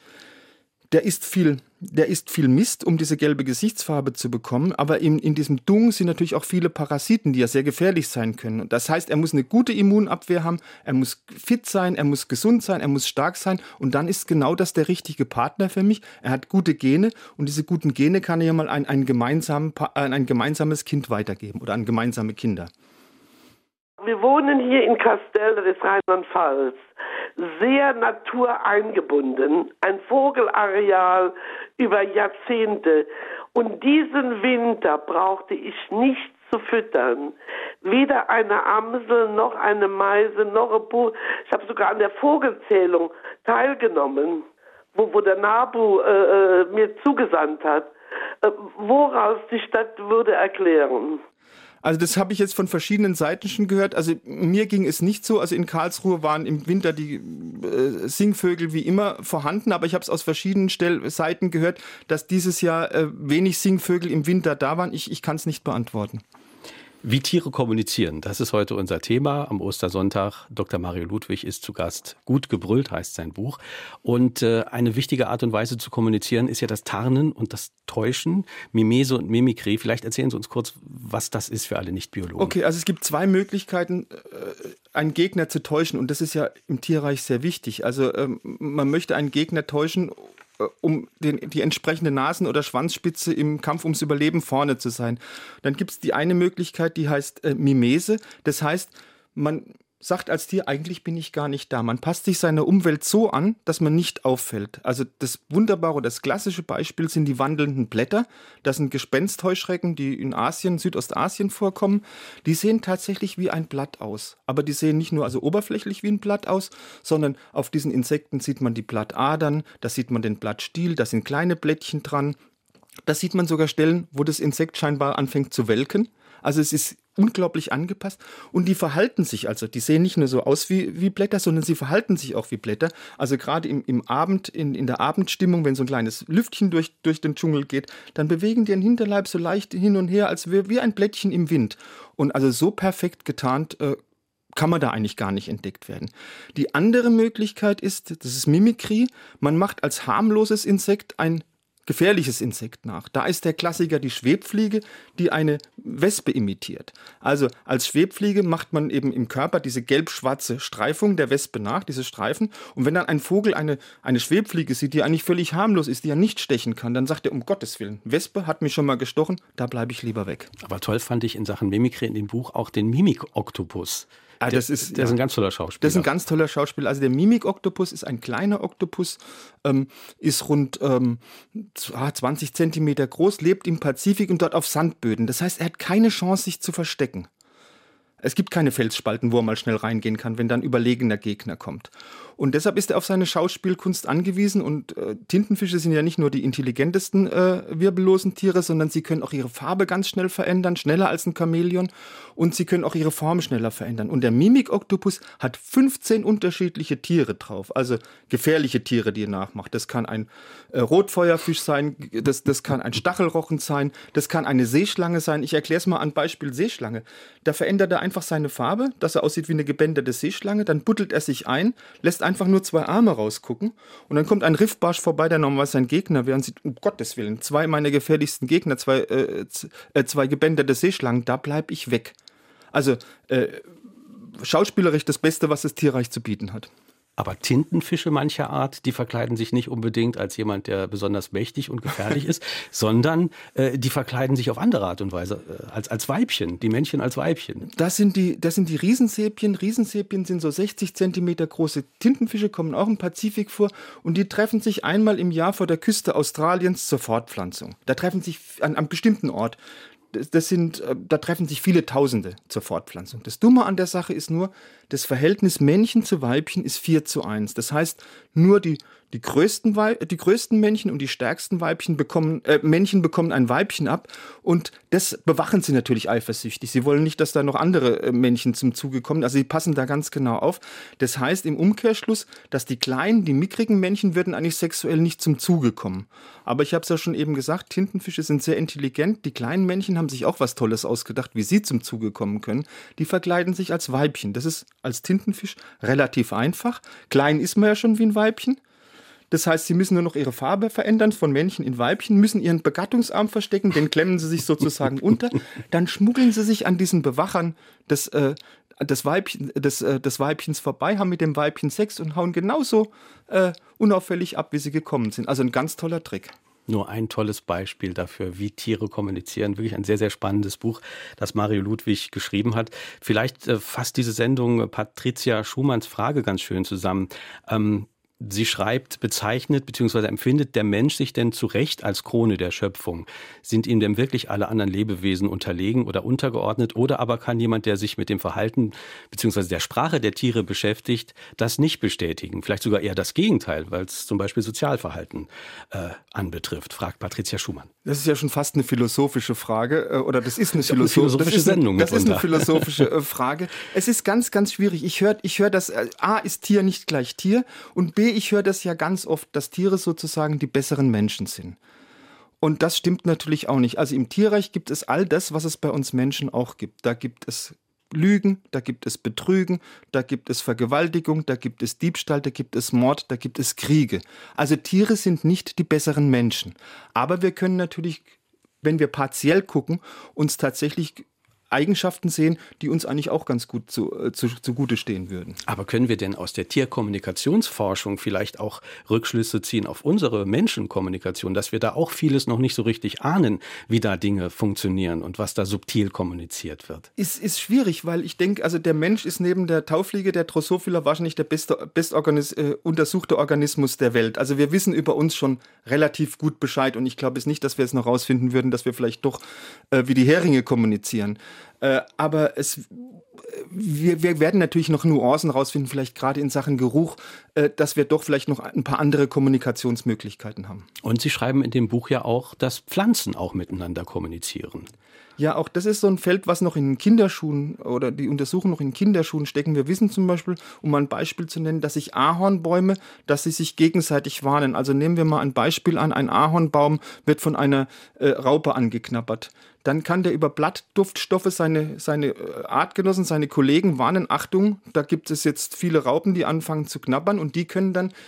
[SPEAKER 3] der isst viel, der isst viel Mist, um diese gelbe Gesichtsfarbe zu bekommen, aber in, in diesem Dung sind natürlich auch viele Parasiten, die ja sehr gefährlich sein können. Und das heißt, er muss eine gute Immunabwehr haben, er muss fit sein, er muss gesund sein, er muss stark sein und dann ist genau das der richtige Partner für mich. Er hat gute Gene und diese guten Gene kann er ja mal ein, ein, gemeinsamen, ein gemeinsames Kind weitergeben oder an gemeinsame Kinder.
[SPEAKER 14] Wir wohnen hier in Castell des Rheinland-Pfalz, sehr natureingebunden, ein Vogelareal über Jahrzehnte. Und diesen Winter brauchte ich nicht zu füttern. Weder eine Amsel, noch eine Meise, noch ein Buch. Ich habe sogar an der Vogelzählung teilgenommen, wo, wo der NABU äh, mir zugesandt hat, äh, woraus die Stadt würde erklären.
[SPEAKER 3] Also das habe ich jetzt von verschiedenen Seiten schon gehört. Also mir ging es nicht so. Also in Karlsruhe waren im Winter die äh, Singvögel wie immer vorhanden, aber ich habe es aus verschiedenen Stell- Seiten gehört, dass dieses Jahr äh, wenig Singvögel im Winter da waren. Ich, ich kann es nicht beantworten.
[SPEAKER 2] Wie Tiere kommunizieren, das ist heute unser Thema am Ostersonntag. Doktor Mario Ludwig ist zu Gast. Gut gebrüllt heißt sein Buch. Und äh, eine wichtige Art und Weise zu kommunizieren ist ja das Tarnen und das Täuschen, Mimese und Mimikrie. Vielleicht erzählen Sie uns kurz, was das ist für alle Nicht-Biologen.
[SPEAKER 3] Okay, also es gibt zwei Möglichkeiten, einen Gegner zu täuschen. Und das ist ja im Tierreich sehr wichtig. Also ähm, man möchte einen Gegner täuschen, um den, die entsprechende Nasen- oder Schwanzspitze im Kampf ums Überleben vorne zu sein. Dann gibt es die eine Möglichkeit, die heißt äh, Mimese. Das heißt, man sagt als Tier, eigentlich bin ich gar nicht da. Man passt sich seiner Umwelt so an, dass man nicht auffällt. Also das wunderbare, das klassische Beispiel sind die wandelnden Blätter. Das sind Gespenstheuschrecken, die in Asien, Südostasien vorkommen. Die sehen tatsächlich wie ein Blatt aus. Aber die sehen nicht nur also oberflächlich wie ein Blatt aus, sondern auf diesen Insekten sieht man die Blattadern, da sieht man den Blattstiel, da sind kleine Blättchen dran. Da sieht man sogar Stellen, wo das Insekt scheinbar anfängt zu welken. Also es ist unglaublich angepasst und die verhalten sich also, die sehen nicht nur so aus wie, wie Blätter, sondern sie verhalten sich auch wie Blätter. Also gerade im, im Abend, in, in der Abendstimmung, wenn so ein kleines Lüftchen durch, durch den Dschungel geht, dann bewegen die den Hinterleib so leicht hin und her, als wäre wie ein Blättchen im Wind. Und also so perfekt getarnt äh, kann man da eigentlich gar nicht entdeckt werden. Die andere Möglichkeit ist, das ist Mimikrie, man macht als harmloses Insekt ein gefährliches Insekt nach. Da ist der Klassiker die Schwebfliege, die eine Wespe imitiert. Also als Schwebfliege macht man eben im Körper diese gelb-schwarze Streifung der Wespe nach, diese Streifen. Und wenn dann ein Vogel eine, eine Schwebfliege sieht, die eigentlich völlig harmlos ist, die ja nicht stechen kann, dann sagt er, um Gottes Willen, Wespe hat mich schon mal gestochen, da bleibe ich lieber weg.
[SPEAKER 2] Aber toll fand ich in Sachen Mimikry in dem Buch auch den Mimik-Oktopus.
[SPEAKER 3] Ah, das ist,
[SPEAKER 2] der
[SPEAKER 3] ja,
[SPEAKER 2] ist ein ganz toller Schauspieler.
[SPEAKER 3] Das ist ein ganz toller Schauspieler. Also der Mimik-Oktopus ist ein kleiner Oktopus, ähm, ist rund ähm, zwanzig Zentimeter groß, lebt im Pazifik und dort auf Sandböden. Das heißt, er hat keine Chance, sich zu verstecken. Es gibt keine Felsspalten, wo er mal schnell reingehen kann, wenn dann überlegener Gegner kommt. Und deshalb ist er auf seine Schauspielkunst angewiesen. Und äh, Tintenfische sind ja nicht nur die intelligentesten äh, wirbellosen Tiere, sondern sie können auch ihre Farbe ganz schnell verändern, schneller als ein Chamäleon. Und sie können auch ihre Form schneller verändern. Und der Mimik-Oktopus hat fünfzehn unterschiedliche Tiere drauf, also gefährliche Tiere, die er nachmacht. Das kann ein äh, Rotfeuerfisch sein, das, das kann ein Stachelrochen sein, das kann eine Seeschlange sein. Ich erkläre es mal an Beispiel Seeschlange. Da verändert er einfach seine Farbe, dass er aussieht wie eine gebänderte Seeschlange. Dann buddelt er sich ein, lässt einfach nur zwei Arme rausgucken und dann kommt ein Riffbarsch vorbei, der normalerweise sein Gegner wäre und sieht, um Gottes Willen, zwei meiner gefährlichsten Gegner, zwei, äh, äh, zwei gebänderte Seeschlangen, da bleib ich weg. Also äh, schauspielerisch das Beste, was das Tierreich zu bieten hat.
[SPEAKER 2] Aber Tintenfische mancher Art, die verkleiden sich nicht unbedingt als jemand, der besonders mächtig und gefährlich ist, sondern äh, die verkleiden sich auf andere Art und Weise, äh, als, als Weibchen, die Männchen als Weibchen.
[SPEAKER 3] Das sind die, das sind die Riesensepien. Riesensepien sind so sechzig Zentimeter große Tintenfische, kommen auch im Pazifik vor und die treffen sich einmal im Jahr vor der Küste Australiens zur Fortpflanzung. Da treffen sich an einem bestimmten Ort. Das sind, da treffen sich viele Tausende zur Fortpflanzung. Das Dumme an der Sache ist nur, das Verhältnis Männchen zu Weibchen ist vier zu eins. Das heißt, nur die, die, größten, Weib, die größten Männchen und die stärksten Weibchen bekommen, äh, Männchen bekommen ein Weibchen ab. Und das bewachen sie natürlich eifersüchtig. Sie wollen nicht, dass da noch andere äh, Männchen zum Zuge kommen. Also sie passen da ganz genau auf. Das heißt im Umkehrschluss, dass die kleinen, die mickrigen Männchen würden eigentlich sexuell nicht zum Zuge kommen. Aber ich habe es ja schon eben gesagt, Tintenfische sind sehr intelligent. Die kleinen Männchen haben sich auch was Tolles ausgedacht, wie sie zum Zuge kommen können. Die verkleiden sich als Weibchen. Das ist als Tintenfisch relativ einfach. Klein ist man ja schon wie ein Weibchen. Das heißt, sie müssen nur noch ihre Farbe verändern von Männchen in Weibchen, müssen ihren Begattungsarm verstecken, den klemmen sie sich sozusagen unter. Dann schmuggeln sie sich an diesen Bewachern des, äh, des, Weibchen, des, äh, des Weibchens vorbei, haben mit dem Weibchen Sex und hauen genauso äh, unauffällig ab, wie sie gekommen sind. Also ein ganz toller Trick.
[SPEAKER 2] Nur ein tolles Beispiel dafür, wie Tiere kommunizieren. Wirklich ein sehr, sehr spannendes Buch, das Mario Ludwig geschrieben hat. Vielleicht äh, fasst diese Sendung Patricia Schumanns Frage ganz schön zusammen. Ähm, Sie schreibt, bezeichnet bzw. empfindet der Mensch sich denn zu Recht als Krone der Schöpfung? Sind ihm denn wirklich alle anderen Lebewesen unterlegen oder untergeordnet? Oder aber kann jemand, der sich mit dem Verhalten bzw. der Sprache der Tiere beschäftigt, das nicht bestätigen? Vielleicht sogar eher das Gegenteil, weil es zum Beispiel Sozialverhalten äh, anbetrifft, fragt Patricia Schumann.
[SPEAKER 3] Das ist ja schon fast eine philosophische Frage, äh, oder das ist eine,
[SPEAKER 2] das ist
[SPEAKER 3] Philosoph-
[SPEAKER 2] eine philosophische
[SPEAKER 3] das ist eine,
[SPEAKER 2] Sendung.
[SPEAKER 3] Das ist eine philosophische äh, Frage. Es ist ganz, ganz schwierig. Ich höre, ich höre, dass äh, A ist Tier nicht gleich Tier und B, ich höre das ja ganz oft, dass Tiere sozusagen die besseren Menschen sind. Und das stimmt natürlich auch nicht. Also im Tierreich gibt es all das, was es bei uns Menschen auch gibt. Da gibt es Lügen, da gibt es Betrügen, da gibt es Vergewaltigung, da gibt es Diebstahl, da gibt es Mord, da gibt es Kriege. Also Tiere sind nicht die besseren Menschen. Aber wir können natürlich, wenn wir partiell gucken, uns tatsächlich Eigenschaften sehen, die uns eigentlich auch ganz gut zu, äh, zu, zugute stehen würden.
[SPEAKER 2] Aber können wir denn aus der Tierkommunikationsforschung vielleicht auch Rückschlüsse ziehen auf unsere Menschenkommunikation, dass wir da auch vieles noch nicht so richtig ahnen, wie da Dinge funktionieren und was da subtil kommuniziert wird?
[SPEAKER 3] Ist, ist schwierig, weil ich denke, also der Mensch ist neben der Taufliege, der Drosophila, wahrscheinlich der beste, best organis- äh, untersuchte Organismus der Welt. Also wir wissen über uns schon relativ gut Bescheid und ich glaube es nicht, dass wir es noch rausfinden würden, dass wir vielleicht doch äh, wie die Heringe kommunizieren. Äh, aber es, wir, wir werden natürlich noch Nuancen rausfinden, vielleicht gerade in Sachen Geruch, äh, dass wir doch vielleicht noch ein paar andere Kommunikationsmöglichkeiten haben.
[SPEAKER 2] Und Sie schreiben in dem Buch ja auch, dass Pflanzen auch miteinander kommunizieren.
[SPEAKER 3] Ja, auch das ist so ein Feld, was noch in den Kinderschuhen oder die Untersuchungen noch in Kinderschuhen stecken. Wir wissen zum Beispiel, um mal ein Beispiel zu nennen, dass sich Ahornbäume, dass sie sich gegenseitig warnen. Also nehmen wir mal ein Beispiel an, ein Ahornbaum wird von einer äh, Raupe angeknabbert. Dann kann der über Blattduftstoffe seine, seine Artgenossen, seine Kollegen warnen, Achtung, da gibt es jetzt viele Raupen, die anfangen zu knabbern und die können dann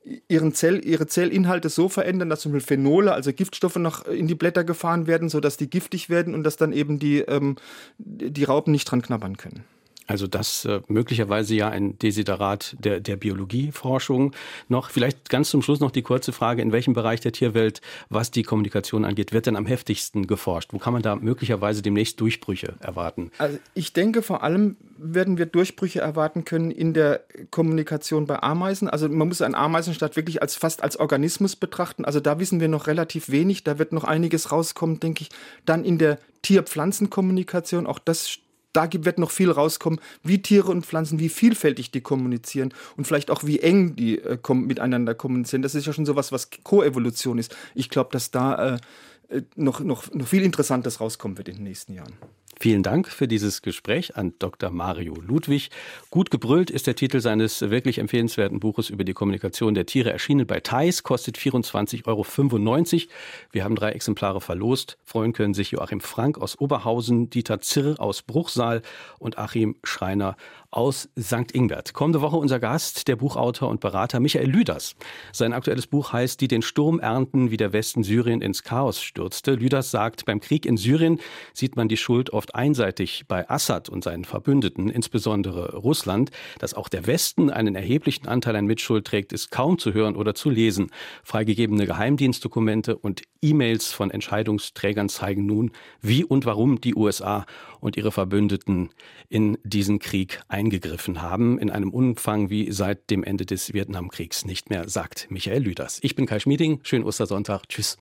[SPEAKER 3] ihren Zell, ihre Zellinhalte so verändern, dass zum Beispiel Phenole, also Giftstoffe, noch in die Blätter gefahren werden, sodass die giftig werden und dass dann eben die, ähm, die Raupen nicht dran knabbern können.
[SPEAKER 2] Also das äh, möglicherweise ja ein Desiderat der, der Biologieforschung. Noch vielleicht ganz zum Schluss noch die kurze Frage, in welchem Bereich der Tierwelt, was die Kommunikation angeht, wird denn am heftigsten geforscht? Wo kann man da möglicherweise demnächst Durchbrüche erwarten?
[SPEAKER 3] Also ich denke, vor allem werden wir Durchbrüche erwarten können in der Kommunikation bei Ameisen. Also man muss einen Ameisenstaat wirklich als fast als Organismus betrachten. Also da wissen wir noch relativ wenig. Da wird noch einiges rauskommen, denke ich. Dann in der Tier-Pflanzen-Kommunikation, auch das Da wird noch viel rauskommen, wie Tiere und Pflanzen, wie vielfältig die kommunizieren und vielleicht auch wie eng die äh, kom- miteinander kommunizieren. Das ist ja schon sowas, was Koevolution ist. Ich glaube, dass da äh, noch, noch, noch viel Interessantes rauskommen wird in den nächsten Jahren.
[SPEAKER 2] Vielen Dank für dieses Gespräch an Doktor Mario Ludwig. Gut gebrüllt ist der Titel seines wirklich empfehlenswerten Buches über die Kommunikation der Tiere, erschienen bei Theis, kostet vierundzwanzig Euro fünfundneunzig. Wir haben drei Exemplare verlost. Freuen können sich Joachim Frank aus Oberhausen, Dieter Zirr aus Bruchsal und Achim Schreiner aus Sankt Ingbert. Kommende Woche unser Gast, der Buchautor und Berater Michael Lüders. Sein aktuelles Buch heißt Die den Sturm ernten, wie der Westen Syrien ins Chaos stürzte. Lüders sagt, beim Krieg in Syrien sieht man die Schuld oft einseitig bei Assad und seinen Verbündeten, insbesondere Russland. Dass auch der Westen einen erheblichen Anteil an Mitschuld trägt, ist kaum zu hören oder zu lesen. Freigegebene Geheimdienstdokumente und E-Mails von Entscheidungsträgern zeigen nun, wie und warum die U S A und ihre Verbündeten in diesen Krieg eingegriffen haben, in einem Umfang wie seit dem Ende des Vietnamkriegs nicht mehr, sagt Michael Lüders. Ich bin Kai Schmieding, schönen Ostersonntag, tschüss.